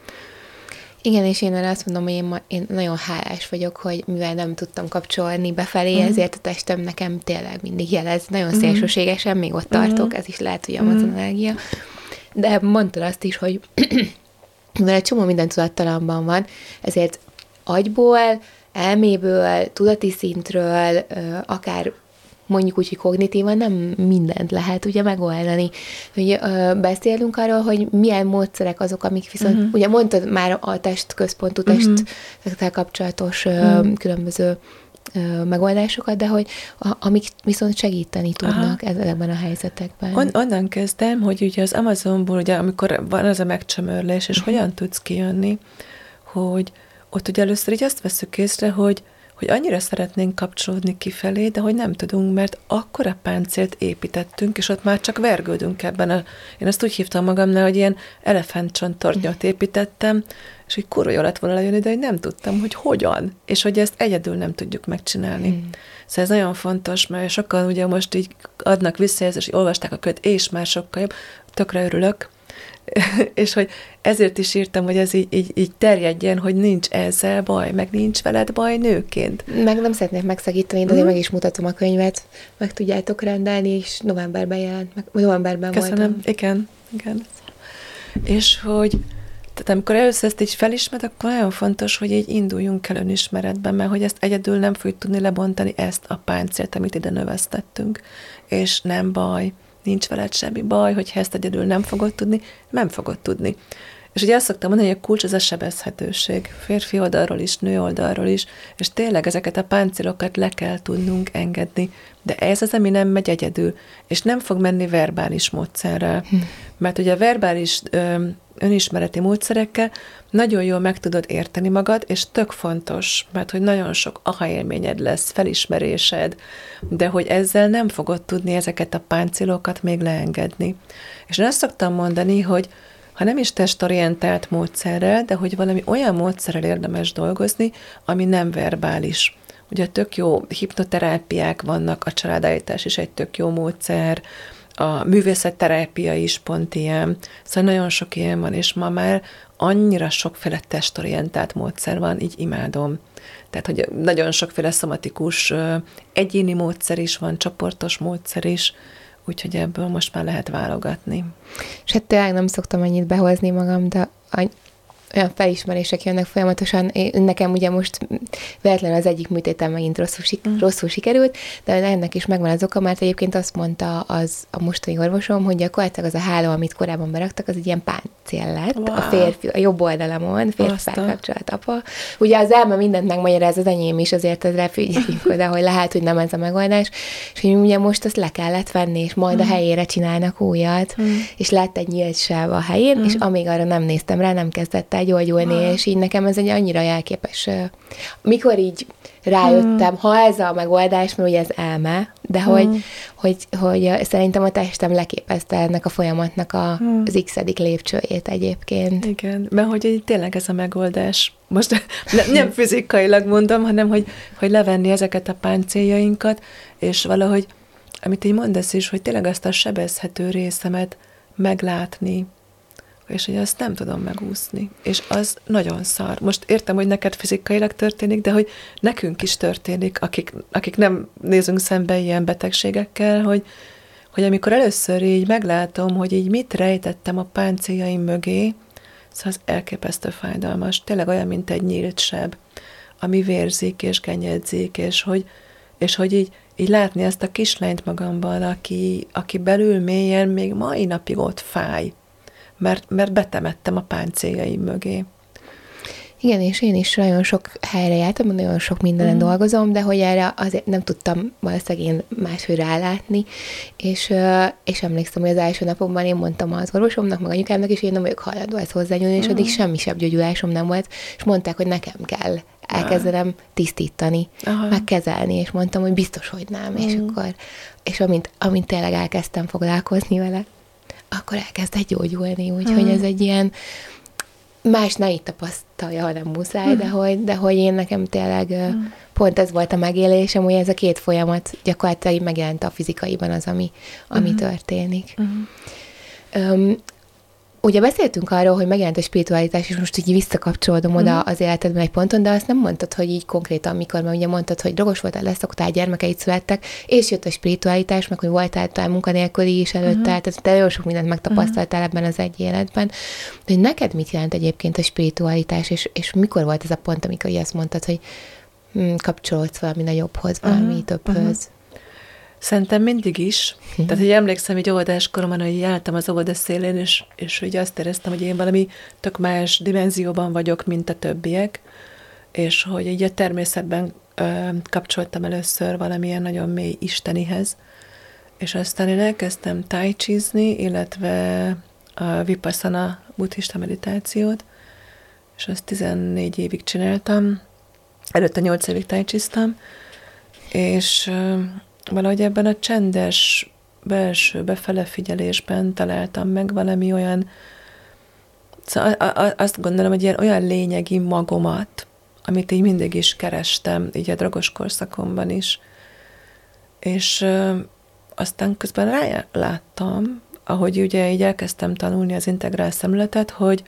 A: Igen, és én erre azt mondom, hogy én nagyon hálás vagyok, hogy mivel nem tudtam kapcsolni befelé, ezért a testem nekem tényleg mindig jelez. Nagyon szélsőségesen, még ott tartok, ez is lehet, hogy Amazon energia. De mondtad azt is, hogy mivel egy csomó minden tudattalamban van, ezért agyból, elméből, tudati szintről, akár mondjuk úgy, hogy kognitívan nem mindent lehet ugye megoldani. Ugye, beszélünk arról, hogy milyen módszerek azok, amik viszont, ugye mondtad már a testközpontú, testtel kapcsolatos különböző megoldásokat, de hogy amik viszont segíteni tudnak ezekben a helyzetekben.
B: Onnan kezdem, hogy ugye az Amazonból, ugye amikor van az a megcsömörlés, és hogyan tudsz kijönni, hogy ott ugye először így azt veszük észre, hogy annyira szeretnénk kapcsolódni kifelé, de hogy nem tudunk, mert akkora páncélt építettünk, és ott már csak vergődünk ebben. Én azt úgy hívtam magamnál, hogy ilyen elefántcsontornyot építettem, és hogy kurva jól lett volna lejönni, de hogy nem tudtam, hogy hogyan, és hogy ezt egyedül nem tudjuk megcsinálni. Szóval ez nagyon fontos, mert sokan ugye most így adnak visszajelzést, hogy olvasták a könyvet, és már sokkal jobb, tökre örülök, és hogy ezért is írtam, hogy ez így terjedjen, hogy nincs ezzel baj, meg nincs veled baj nőként.
A: Meg nem szeretnék megszakítani, de én meg is mutatom a könyvet, meg tudjátok rendelni, és novemberben jelent, novemberben
B: Köszönöm.
A: voltam.
B: Igen. És hogy tehát amikor először ezt így felismert, akkor nagyon fontos, hogy így induljunk el önismeretben, mert hogy ezt egyedül nem fogjuk tudni lebontani, ezt a páncélt, amit ide növesztettünk. És nem baj, nincs veled semmi baj, hogyha ezt egyedül nem fogod tudni, nem fogod tudni. És ugye azt szoktam mondani, hogy a kulcs az a sebezhetőség, férfi oldalról is, nő oldalról is, és tényleg ezeket a páncélokat le kell tudnunk engedni, de ez az, ami nem megy egyedül, és nem fog menni verbális módszerrel. Mert ugye a verbális önismereti módszerekkel nagyon jól meg tudod érteni magad, és tök fontos, mert hogy nagyon sok aha élményed lesz, felismerésed, de hogy ezzel nem fogod tudni ezeket a páncélokat még leengedni. És én azt szoktam mondani, hogy ha nem is testorientált módszerrel, de hogy valami olyan módszerrel érdemes dolgozni, ami nem verbális. Ugye tök jó hipnoterápiák vannak, a családállítás is egy tök jó módszer, a művészetterápia is pont ilyen, szóval nagyon sok ilyen van, és ma már annyira sokféle testorientált módszer van, így imádom. Tehát, hogy nagyon sokféle szomatikus egyéni módszer is van, csoportos módszer is, úgyhogy ebből most már lehet válogatni.
A: És hát tényleg nem szoktam annyit behozni magam, de olyan felismerések jönnek folyamatosan. Nekem ugye most véletlenül az egyik műtétem megint rosszul sikerült, de ennek is megvan az oka, mert egyébként azt mondta a mostani orvosom, hogy gyakorlatilag az a háló, amit korábban beraktak, az egy ilyen páncél lett. Wow. A férfi, a jobb oldalamon, férfi-párkapcsolat apa. Ugye az elme mindent megmagyaráz, az enyém is, azért ezre figyeljünk oda, hogy lehet, hogy nem ez a megoldás, és hogy ugye most azt le kellett venni, és majd a helyére csinálnak újat, és lett egy nyílt sáv a helyén, és amíg arra nem néztem rá, nem kezdett el gyógyulni, és így nekem ez egy annyira jelképes. Mikor így rájöttem, ha ez a megoldás, mert ugye ez elme, de hogy szerintem a testem leképezte ennek a folyamatnak az x-edik lépcsőjét egyébként.
B: Igen, mert hogy tényleg ez a megoldás. Most nem fizikailag mondom, hanem hogy levenni ezeket a páncéljainkat, és valahogy, amit így mondasz is, hogy tényleg azt a sebezhető részemet meglátni, és hogy azt nem tudom megúszni. És az nagyon szar. Most értem, hogy neked fizikailag történik, de hogy nekünk is történik, akik nem nézünk szembe ilyen betegségekkel, hogy amikor először így meglátom, hogy így mit rejtettem a páncéljaim mögé, szóval az elképesztő fájdalmas. Tényleg olyan, mint egy nyílt seb, ami vérzik és genyedzik, és hogy így látni ezt a kislányt magamban, aki belül mélyen még mai napig ott fáj, mert betemettem a páncéljaim mögé.
A: Igen, és én is nagyon sok helyre jártam, nagyon sok mindenen dolgozom, de hogy erre azért nem tudtam valószínűleg én máshogy rálátni, és emlékszem, hogy az első napokban én mondtam az orvosomnak, meg anyukámnak, és én nem vagyok hajlandó ezt hozzányúlni, és addig semmisebb gyógyulásom nem volt, és mondták, hogy nekem kell elkezdenem tisztítani, meg kezelni, és mondtam, hogy biztos, hogy nem, és amint tényleg elkezdtem foglalkozni vele, akkor elkezdett gyógyulni, úgyhogy ez egy ilyen más ne így tapasztalja, ha nem muszáj, de hogy én nekem tényleg pont ez volt a megélésem, hogy ez a két folyamat gyakorlatilag megjelent a fizikaiban az, ami történik. Ugye beszéltünk arról, hogy megjelent a spiritualitás, és most így visszakapcsolódom oda az életedben egy ponton, de azt nem mondtad, hogy így konkrétan mikor, mert ugye mondtad, hogy drogos voltál, leszaktál, gyermekeid születtek, és jött a spiritualitás, meg hogy voltál talán munkanélküli is előtte, tehát te nagyon sok mindent megtapasztaltál ebben az egy életben. De hogy neked mit jelent egyébként a spiritualitás, és mikor volt ez a pont, amikor azt mondtad, hogy kapcsolódsz valami nagyobbhoz, valami többhöz?
B: Szerintem mindig is. Tehát, hogy emlékszem, hogy óvodáskoromban, hogy jártam az óvoda szélén, és hogy azt éreztem, hogy én valami tök más dimenzióban vagyok, mint a többiek, és hogy így a természetben kapcsoltam először valamilyen nagyon mély istenihez, és aztán én elkezdtem tai chizni, illetve a vipassana buddhista meditációt, és azt 14 évig csináltam, előtte 8 évig tai chiztam, és valahogy ebben a csendes, belső, befele figyelésben találtam meg valami olyan, szóval azt gondolom, hogy ilyen olyan lényegi magomat, amit így mindig is kerestem, így a drogos korszakomban is. És aztán közben ráláttam, ahogy ugye így elkezdtem tanulni az integrál szemléletet, hogy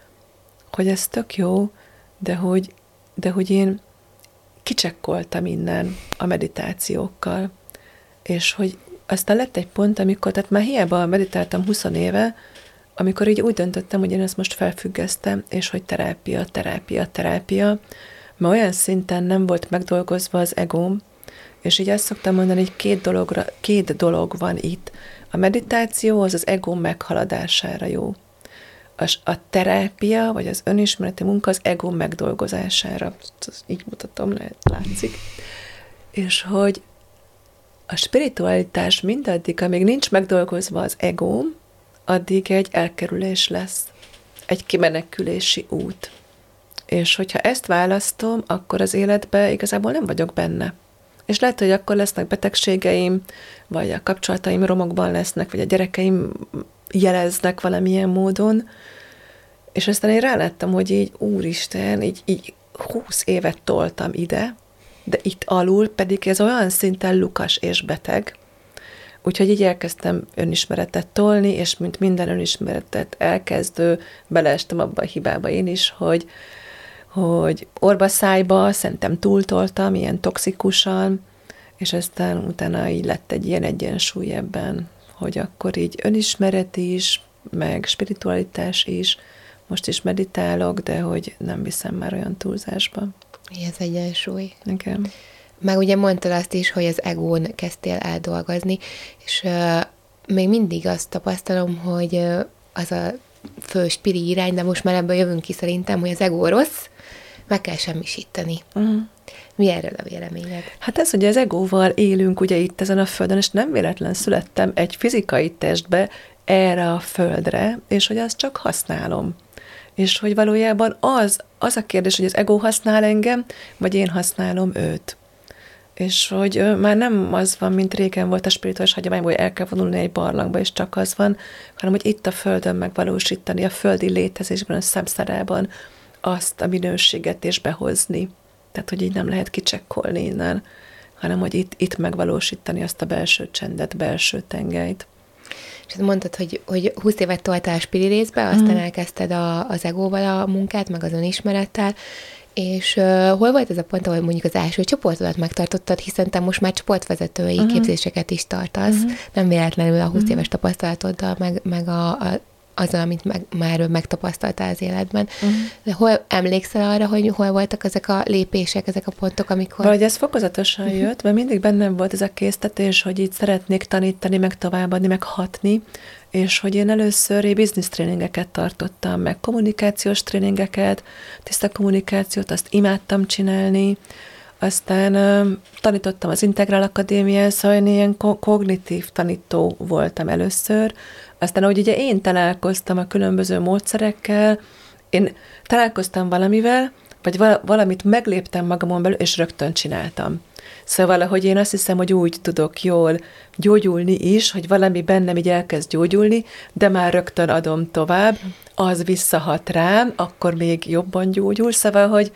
B: ez tök jó, de hogy én kicsekkoltam innen a meditációkkal, és hogy aztán lett egy pont, amikor, tehát már hiába meditáltam 20 éve, amikor így úgy döntöttem, hogy én ezt most felfüggesztem, és hogy terápia, mert olyan szinten nem volt megdolgozva az egóm, és így azt szoktam mondani, hogy két dolog van itt. A meditáció az egóm meghaladására jó. A terápia, vagy az önismereti munka az egó megdolgozására. Így mutatom, látszik. És hogy a spiritualitás mindaddig, amíg nincs megdolgozva az egóm, addig egy elkerülés lesz. Egy kimenekülési út. És hogyha ezt választom, akkor az életben igazából nem vagyok benne. És lehet, hogy akkor lesznek betegségeim, vagy a kapcsolataim romokban lesznek, vagy a gyerekeim jeleznek valamilyen módon, és aztán én ráláttam, hogy így úristen, így 20 évet toltam ide, de itt alul pedig ez olyan szinten lukas és beteg, Úgyhogy így elkezdtem önismeretet tolni, és mint minden önismeretet elkezdő, beleestem abba a hibába én is, hogy orba-szájba szerintem túltoltam, ilyen toxikusan, és aztán utána így lett egy ilyen egyensúly ebben, hogy akkor így önismeret is, meg spiritualitás is, most is meditálok, de hogy nem viszem már olyan túlzásba.
A: Mi az egyensúly?
B: Igen.
A: Meg ugye mondtad azt is, hogy az egón kezdtél el dolgozni, és még mindig azt tapasztalom, hogy az a fő spiri irány, de most már ebből jövünk ki szerintem, hogy az egó rossz, meg kell semmisíteni. Mi erről a véleményed?
B: Hát ez, hogy az egóval élünk ugye itt ezen a földön, és nem véletlen születtem egy fizikai testbe erre a földre, és hogy azt csak használom. És hogy valójában az a kérdés, hogy az ego használ engem, vagy én használom őt. És hogy már nem az van, mint régen volt a spirituális hagyományban, hogy el kell vonulni egy barlangba, és csak az van, hanem hogy itt a földön megvalósítani, a földi létezésben, a szemszarában azt a minőséget és behozni. Tehát, hogy így nem lehet kicsekkolni innen, hanem hogy itt megvalósítani azt a belső csendet, belső tengelyt.
A: És mondtad, hogy 20 évet toltál a spiri részbe, aztán elkezdted az egóval a munkát, meg az önismerettel, és hol volt ez a pont, ahol mondjuk az első csoportodat megtartottad, hiszen te most már csoportvezetői képzéseket is tartasz, nem véletlenül a 20 éves tapasztalatoddal, meg azzal, amit már megtapasztaltál az életben. De hol emlékszel arra, hogy hol voltak ezek a lépések, ezek a pontok, amikor...
B: Valahogy ez fokozatosan jött, mert mindig bennem volt ez a késztetés, hogy így szeretnék tanítani, meg továbbadni, meg hatni, és hogy én először business tréningeket tartottam, meg kommunikációs tréningeket, tiszta kommunikációt, azt imádtam csinálni, aztán tanítottam az Integrál Akadémián, szóval én ilyen kognitív tanító voltam először, aztán, ahogy ugye én találkoztam a különböző módszerekkel, én találkoztam valamivel, vagy valamit megléptem magamon belül, és rögtön csináltam. Szóval, hogy én azt hiszem, hogy úgy tudok jól gyógyulni is, hogy valami bennem így elkezd gyógyulni, de már rögtön adom tovább, az visszahat rám, akkor még jobban gyógyul. Szóval, hogy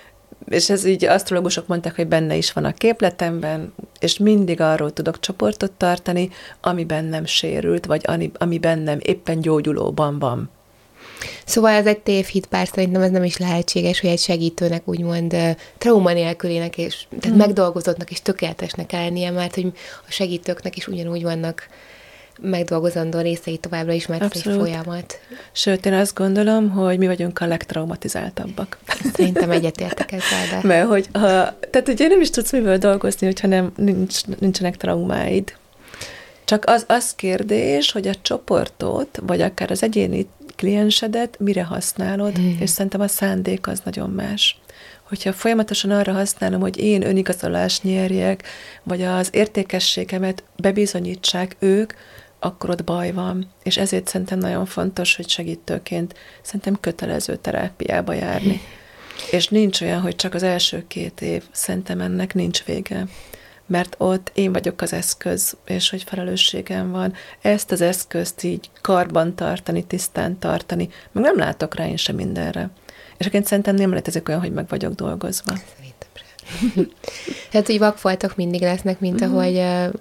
B: és ez így asztrológusok mondták, hogy benne is van a képletemben, és mindig arról tudok csoportot tartani, ami bennem sérült, vagy ami bennem éppen gyógyulóban van.
A: Szóval ez egy tévhit, bár szerintem ez nem is lehetséges, hogy egy segítőnek úgymond trauma nélkülének, és tehát megdolgozottnak és tökéletesnek kell lennie, mert hogy a segítőknek is ugyanúgy vannak megdolgozandó részei továbbra is, mert ez egy folyamat.
B: Sőt, én azt gondolom, hogy mi vagyunk a legtraumatizáltabbak.
A: Szerintem egyetértek ezzel, de...
B: Mert hogy, tehát ugye nem is tudsz mivel dolgozni, hogyha nincsenek traumáid. Csak az kérdés, hogy a csoportot, vagy akár az egyéni kliensedet mire használod, és szerintem a szándék az nagyon más. Hogyha folyamatosan arra használom, hogy én önigazolást nyerjek, vagy az értékességemet bebizonyítsák ők, akkor ott baj van. És ezért szerintem nagyon fontos, hogy segítőként szerintem kötelező terápiába járni. És nincs olyan, hogy csak az első 2 év, szerintem ennek nincs vége. Mert ott én vagyok az eszköz, és hogy felelősségem van ezt az eszközt így karban tartani, tisztán tartani, meg nem látok rá én sem mindenre. És egyébként szerintem nem létezik olyan, hogy meg vagyok dolgozva.
A: Szerintem sem. Tehát, hogy vakfoltok mindig lesznek, mint ahogy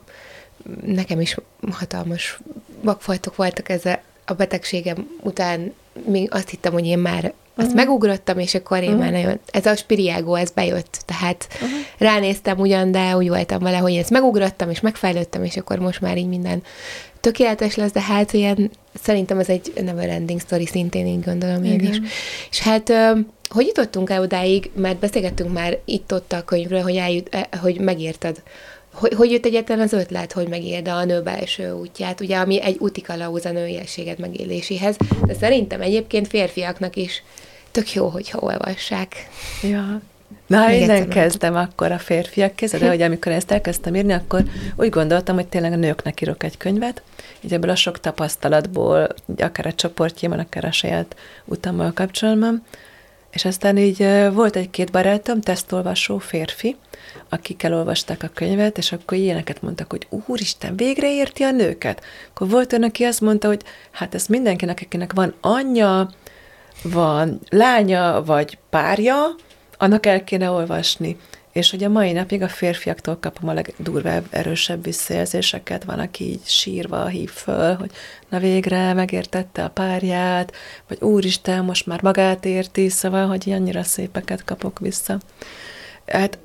A: nekem is hatalmas vakfoltok voltak a betegségem után. Még azt hittem, hogy én már azt megugrottam, és akkor én már nagyon... Ez a spiriágó, ez bejött. Tehát ránéztem ugyan, de úgy voltam vele, hogy ezt megugrottam, és megfejlődtem, és akkor most már így minden tökéletes lesz, de hát ilyen, szerintem ez egy never ending story, szintén így gondolom én is. És hát, hogy jutottunk el odáig, mert beszélgettünk már itt-ott a könyvről, hogy megírtad. Hogy jött egyetlen az ötlet, hogy megírd a nő belső útját, ugye, ami egy útikalauz a nőiességet megéléséhez, de szerintem egyébként férfiaknak is tök jó, hogyha olvassák.
B: Ja. Na, innen kezdem akkor a férfiak kezed, de hogy amikor ezt elkezdtem írni, akkor úgy gondoltam, hogy tényleg a nőknek írok egy könyvet, így ebből a sok tapasztalatból, akár a csoportjában, akár a saját utammal kapcsolatban, és aztán így volt 1-2 barátom, tesztolvasó férfi, akik elolvasták a könyvet, és akkor ilyeneket mondtak, hogy úristen, végre érti a nőket. Akkor volt olyan, aki azt mondta, hogy hát ez mindenkinek, akinek van anyja, van lánya, vagy párja, annak el kéne olvasni. És hogy a mai napig a férfiaktól kapom a legdurvább, erősebb visszajelzéseket, van, aki így sírva hív föl, hogy na végre megértette a párját, vagy úristen, most már magát érti, szóval, hogy annyira szépeket kapok vissza. Hát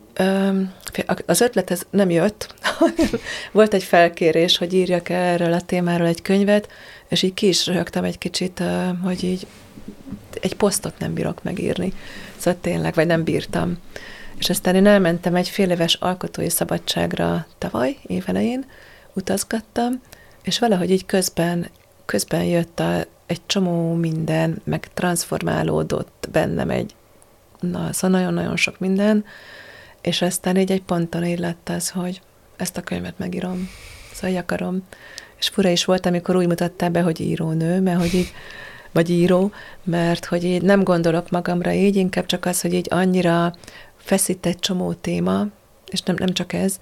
B: az ötlet ez nem jött. Volt egy felkérés, hogy írjak erről a témáról egy könyvet, és így ki is röhögtem egy kicsit, hogy így egy posztot nem bírok megírni. Szóval tényleg, vagy nem bírtam. És aztán én elmentem egy fél éves alkotói szabadságra tavaly, évelején, utazgattam, és valahogy így közben jött egy csomó minden, meg transformálódott bennem szóval nagyon-nagyon sok minden, és aztán így egy ponton így lett az, hogy ezt a könyvet megírom, szóval így akarom. És fura is volt, amikor úgy mutattál be, hogy írónő, mert hogy így, vagy író, mert hogy így nem gondolok magamra így, inkább csak az, hogy így annyira feszít egy csomó téma, és nem csak ez,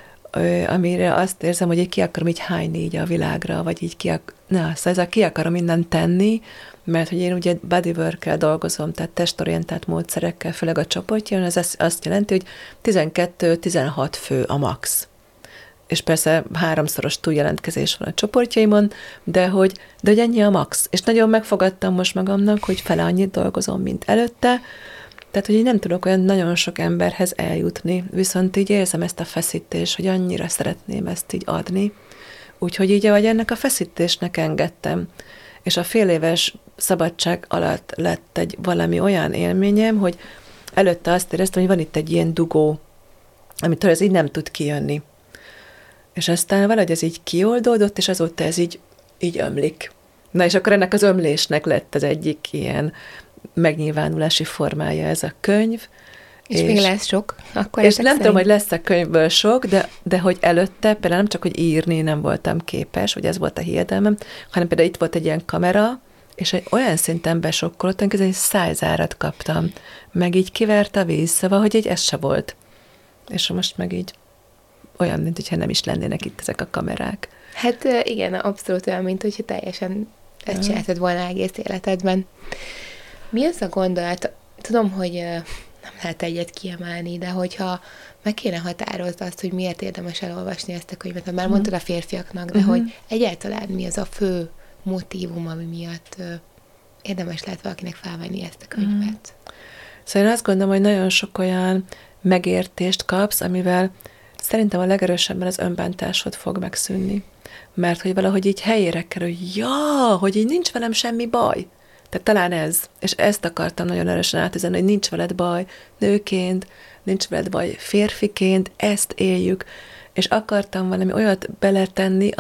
B: amire azt érzem, hogy így ki akarom így hányni így a világra, vagy így szóval ki akarom mindent tenni, mert hogy én ugye bodywork-kel dolgozom, tehát testorientált módszerekkel, főleg a csoportján, ez azt jelenti, hogy 12-16 fő a max. És persze 3-szoros túljelentkezés van a csoportjaimon, de hogy ennyi a max. És nagyon megfogadtam most magamnak, hogy fele annyit dolgozom, mint előtte, tehát, hogy így nem tudok olyan nagyon sok emberhez eljutni, viszont így érzem ezt a feszítést, hogy annyira szeretném ezt így adni. Úgyhogy így, ahogy ennek a feszítésnek engedtem, és a fél éves szabadság alatt lett egy valami olyan élményem, hogy előtte azt éreztem, hogy van itt egy ilyen dugó, amitől ez így nem tud kijönni. És aztán valahogy ez így kioldódott, és azóta ez így ömlik. Na, és akkor ennek az ömlésnek lett az egyik ilyen megnyilvánulási formája ez a könyv.
A: És még lesz sok? Akkor
B: és nem tudom, hogy lesz a könyvből sok, de hogy előtte például nem csak, hogy írni nem voltam képes, hogy ez volt a hiedelmem, hanem például itt volt egy ilyen kamera, és egy olyan szinten besokkolottam, hogy egy szájzárat kaptam. Meg így kivert a víz, szóval, hogy ez se volt. És most meg így olyan, mint hogyha nem is lennének itt ezek a kamerák.
A: Hát igen, abszolút olyan, mint hogyha teljesen ezt csináltad volna egész életedben. Mi az a gondolat? Tudom, hogy nem lehet egyet kiemelni, de hogyha meg kéne határozni azt, hogy miért érdemes elolvasni ezt a könyvet, mert már mondtad a férfiaknak, de hogy egyáltalán mi az a fő motívum, ami miatt érdemes lehet valakinek felvenni ezt a könyvet.
B: Szóval én azt gondolom, hogy nagyon sok olyan megértést kapsz, amivel szerintem a legerősebben az önbántásod fog megszűnni. Mert hogy valahogy így helyére kerül, hogy így nincs velem semmi baj. Tehát talán ez, és ezt akartam nagyon erősen átüzenni, hogy nincs veled baj nőként, nincs veled baj férfiként, ezt éljük, és akartam valami olyat beletenni,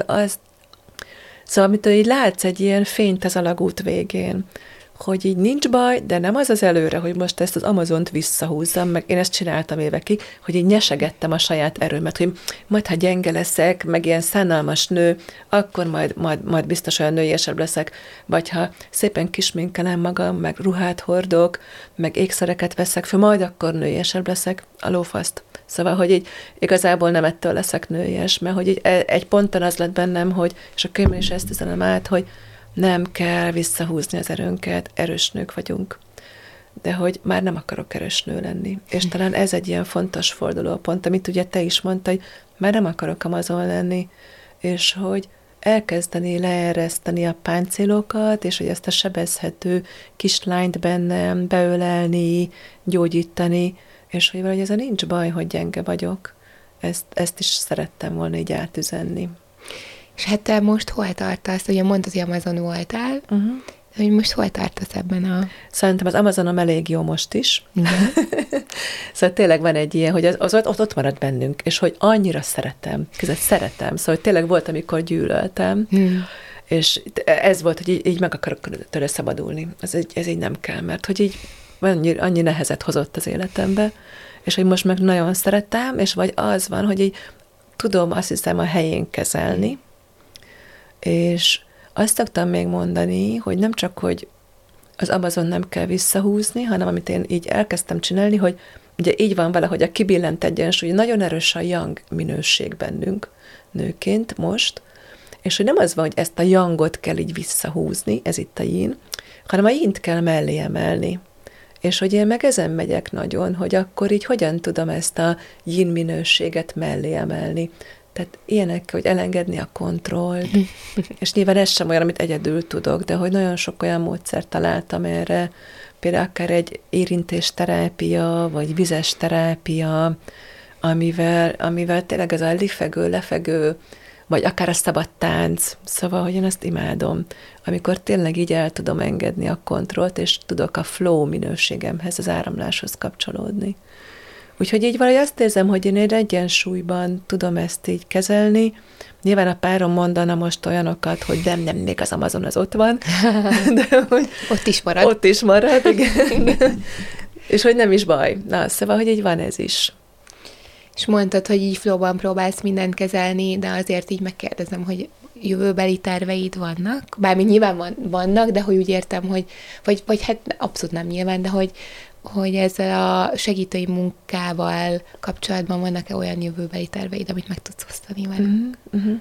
B: amitől így látsz egy ilyen fényt az alagút végén, hogy így nincs baj, de nem az előre, hogy most ezt az Amazont visszahúzzam, meg én ezt csináltam évekig, hogy így nyesegettem a saját erőmet, hogy majd ha gyenge leszek, meg ilyen szánalmas nő, akkor majd biztos olyan nőiesebb leszek, vagy ha szépen kisminkelem magam, meg ruhát hordok, meg ékszereket veszek föl, majd akkor nőiesebb leszek, a lófaszt. Szóval, hogy így igazából nem ettől leszek nőies, mert hogy így egy ponton az lett bennem, hogy, és a könyvben is ezt üzenem át, hogy nem kell visszahúzni az erőnket, erős nők vagyunk. De hogy már nem akarok erős nő lenni. És talán ez egy ilyen fontos fordulópont, amit ugye te is mondtad, hogy már nem akarok Amazon lenni, és hogy elkezdeni leereszteni a páncélokat, és hogy ezt a sebezhető kislányt bennem beölelni, gyógyítani, és hogy valahogy ez a nincs baj, hogy gyenge vagyok. Ezt is szerettem volna így átüzenni.
A: És hát te most hol tartasz? Ugye mondtad, hogy Amazon voltál, hogy most hol tartasz ebben a...
B: Szerintem az Amazonom elég jó most is. Szóval tényleg van egy ilyen, hogy az ott marad bennünk, és hogy annyira szeretem, szeretem. Szóval tényleg volt, amikor gyűlöltem, és ez volt, hogy így meg akarok tőle szabadulni. Ez így nem kell, mert hogy így annyi nehezet hozott az életembe, és hogy most meg nagyon szeretem, és vagy az van, hogy így tudom, azt hiszem, a helyén kezelni, és azt szoktam még mondani, hogy nem csak, hogy az Amazon nem kell visszahúzni, hanem amit én így elkezdtem csinálni, hogy ugye így van valahogy a kibillent egyensúly, nagyon erős a yang minőség bennünk nőként most, és hogy nem az van, hogy ezt a yangot kell így visszahúzni, ez itt a yin, hanem a yint kell mellé emelni. És hogy én meg ezen megyek nagyon, hogy akkor így hogyan tudom ezt a yin minőséget mellé emelni. Tehát ilyenek, hogy elengedni a kontrollt, és nyilván ez sem olyan, amit egyedül tudok, de hogy nagyon sok olyan módszert találtam erre, például akár egy érintésterápia, vagy vizes terápia, amivel tényleg ez a lefegő, vagy akár a szabad tánc, szóval, hogy én azt imádom, amikor tényleg így el tudom engedni a kontrollt, és tudok a flow minőségemhez, az áramláshoz kapcsolódni. Úgyhogy így valahogy azt érzem, hogy én egy egyensúlyban tudom ezt így kezelni. Nyilván a párom mondana most olyanokat, hogy nem, még az Amazon az ott van. De hogy
A: ott is marad.
B: Ott is marad, igen. És hogy nem is baj. Na, szóval, hogy így van ez is.
A: És mondtad, hogy így flowban próbálsz mindent kezelni, de azért így megkérdezem, hogy jövőbeli terveid vannak? Bármint nyilván vannak, de hogy úgy értem, hogy, vagy hát abszolút nem nyilván, de hogy ezzel a segítői munkával kapcsolatban vannak-e olyan jövőbeli terveid, amit meg tudsz osztani velünk?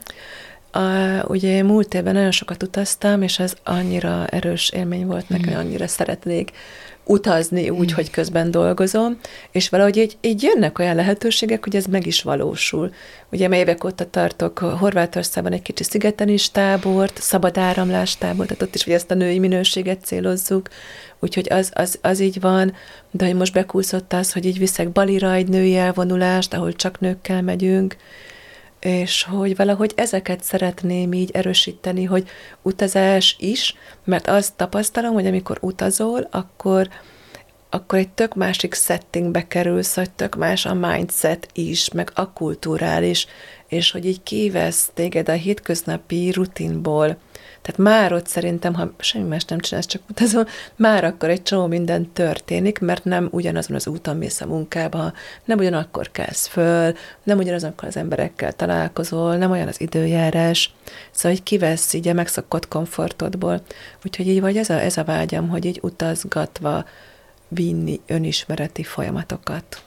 B: Ugye múlt évben nagyon sokat utaztam, és ez annyira erős élmény volt nekem, annyira szeretnék utazni úgy, hogy közben dolgozom, és valahogy így jönnek olyan lehetőségek, hogy ez meg is valósul. Ugye évek óta tartok Horvátországban egy kicsi szigetenis tábort, szabad áramlás tábort, tehát ott is, hogy ezt a női minőséget célozzuk, úgyhogy az így van, de hogy most bekúszott az, hogy így viszek Balira egy női elvonulást, ahol csak nőkkel megyünk, és hogy valahogy ezeket szeretném így erősíteni, hogy utazás is, mert azt tapasztalom, hogy amikor utazol, akkor egy tök másik settingbe kerülsz, hogy tök más a mindset is, meg a kulturális, és hogy így kivesz téged a hétköznapi rutinból. Tehát már ott szerintem, ha semmi más nem csinálsz, csak utazol, már akkor egy csomó minden történik, mert nem ugyanazon az úton mész a munkába, nem ugyanakkor kelsz föl, nem ugyanazokkal az emberekkel találkozol, nem olyan az időjárás, szóval így kivesz így a megszokott komfortodból. Úgyhogy így vagy ez a vágyam, hogy így utazgatva vinni önismereti folyamatokat.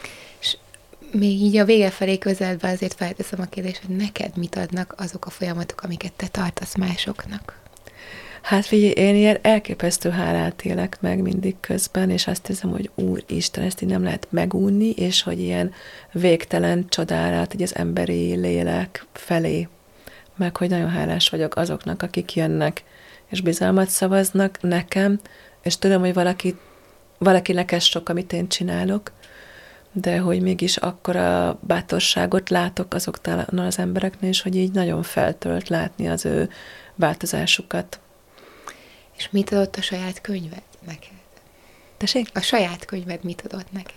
A: Még így a vége felé közeledve azért felteszem a kérdést, hogy neked mit adnak azok a folyamatok, amiket te tartasz másoknak?
B: Hát figyelj, én ilyen elképesztő hálát élek meg mindig közben, és azt hiszem, hogy Úristen, ezt így nem lehet megúrni, és hogy ilyen végtelen csodálat így az emberi lélek felé, meg hogy nagyon hálás vagyok azoknak, akik jönnek, és bizalmat szavaznak nekem, és tudom, hogy valakinek ez sok, amit én csinálok, de hogy mégis akkora bátorságot látok azoknál az embereknél, és hogy így nagyon feltölt látni az ő változásukat.
A: És mit adott a saját könyved neked?
B: Tessék?
A: A saját könyved mit adott neked?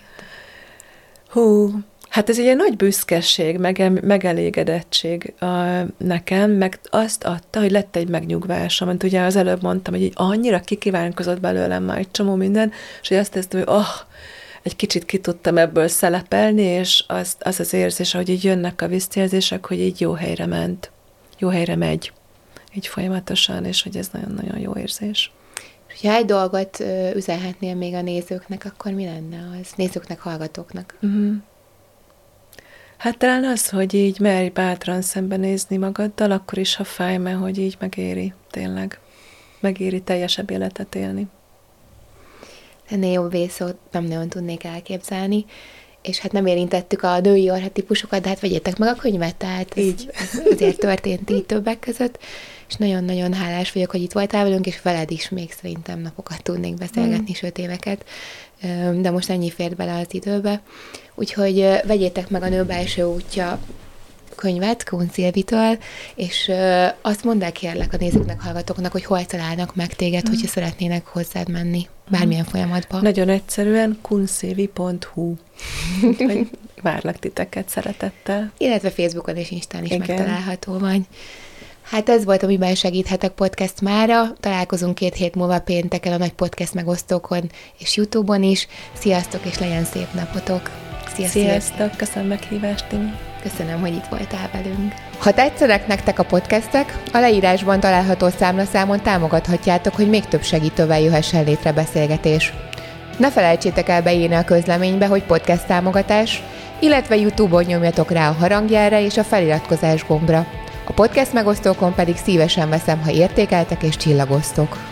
B: Hát ez egy ilyen nagy büszkeség, megelégedettség nekem, meg azt adta, hogy lett egy megnyugvásom, mint ugye az előbb mondtam, hogy így annyira kikívánkozott belőlem már egy csomó minden, és hogy azt éreztem, hogy egy kicsit ki tudtam ebből szelepelni, és az érzés, hogy így jönnek a visszajelzések, hogy így jó helyre megy, így folyamatosan, és hogy ez nagyon-nagyon jó érzés.
A: És ha egy dolgot üzenhetnél még a nézőknek, akkor mi lenne az? Nézőknek, hallgatóknak?
B: Hát talán az, hogy így merj bátran szembenézni magaddal, akkor is, ha fáj, mert hogy így megéri, tényleg. Megéri teljesebb életet élni.
A: Ennél jobb vészót nem nagyon tudnék elképzelni, és hát nem érintettük a női archetípusokat, de hát vegyétek meg a könyvet, tehát így azért történt így többek között, és nagyon-nagyon hálás vagyok, hogy itt voltál velünk, és veled is még szerintem napokat tudnék beszélgetni, sőt éveket, de most ennyi fért bele az időbe. Úgyhogy vegyétek meg a Nő belső útja könyvet Kun Szilvitől, és azt mondd el kérlek a nézőknek, hallgatóknak, hogy hol találnak meg téged, hogyha szeretnének hozzád menni bármilyen folyamatban.
B: Nagyon egyszerűen kunszilvi.hu. Várlak titeket szeretettel.
A: Illetve Facebookon és Instán is megtalálható vagy. Hát ez volt a Miben segíthetek podcast mára. Találkozunk 2 hét múlva pénteken a nagy podcast megosztókon és YouTube-on is. Sziasztok, és legyen szép napotok!
B: Sziasztok! Köszönöm meghívást, Timi!
A: Köszönöm, hogy itt voltál velünk. Ha tetszenek nektek a podcastek, a leírásban található számlaszámon támogathatjátok, hogy még több segítővel jöhessen létre beszélgetés. Ne felejtsétek el beírni a közleménybe, hogy podcast támogatás, illetve YouTube-on nyomjatok rá a harangjelre és a feliratkozás gombra. A podcast megosztókon pedig szívesen veszem, ha értékeltek és csillagoztok.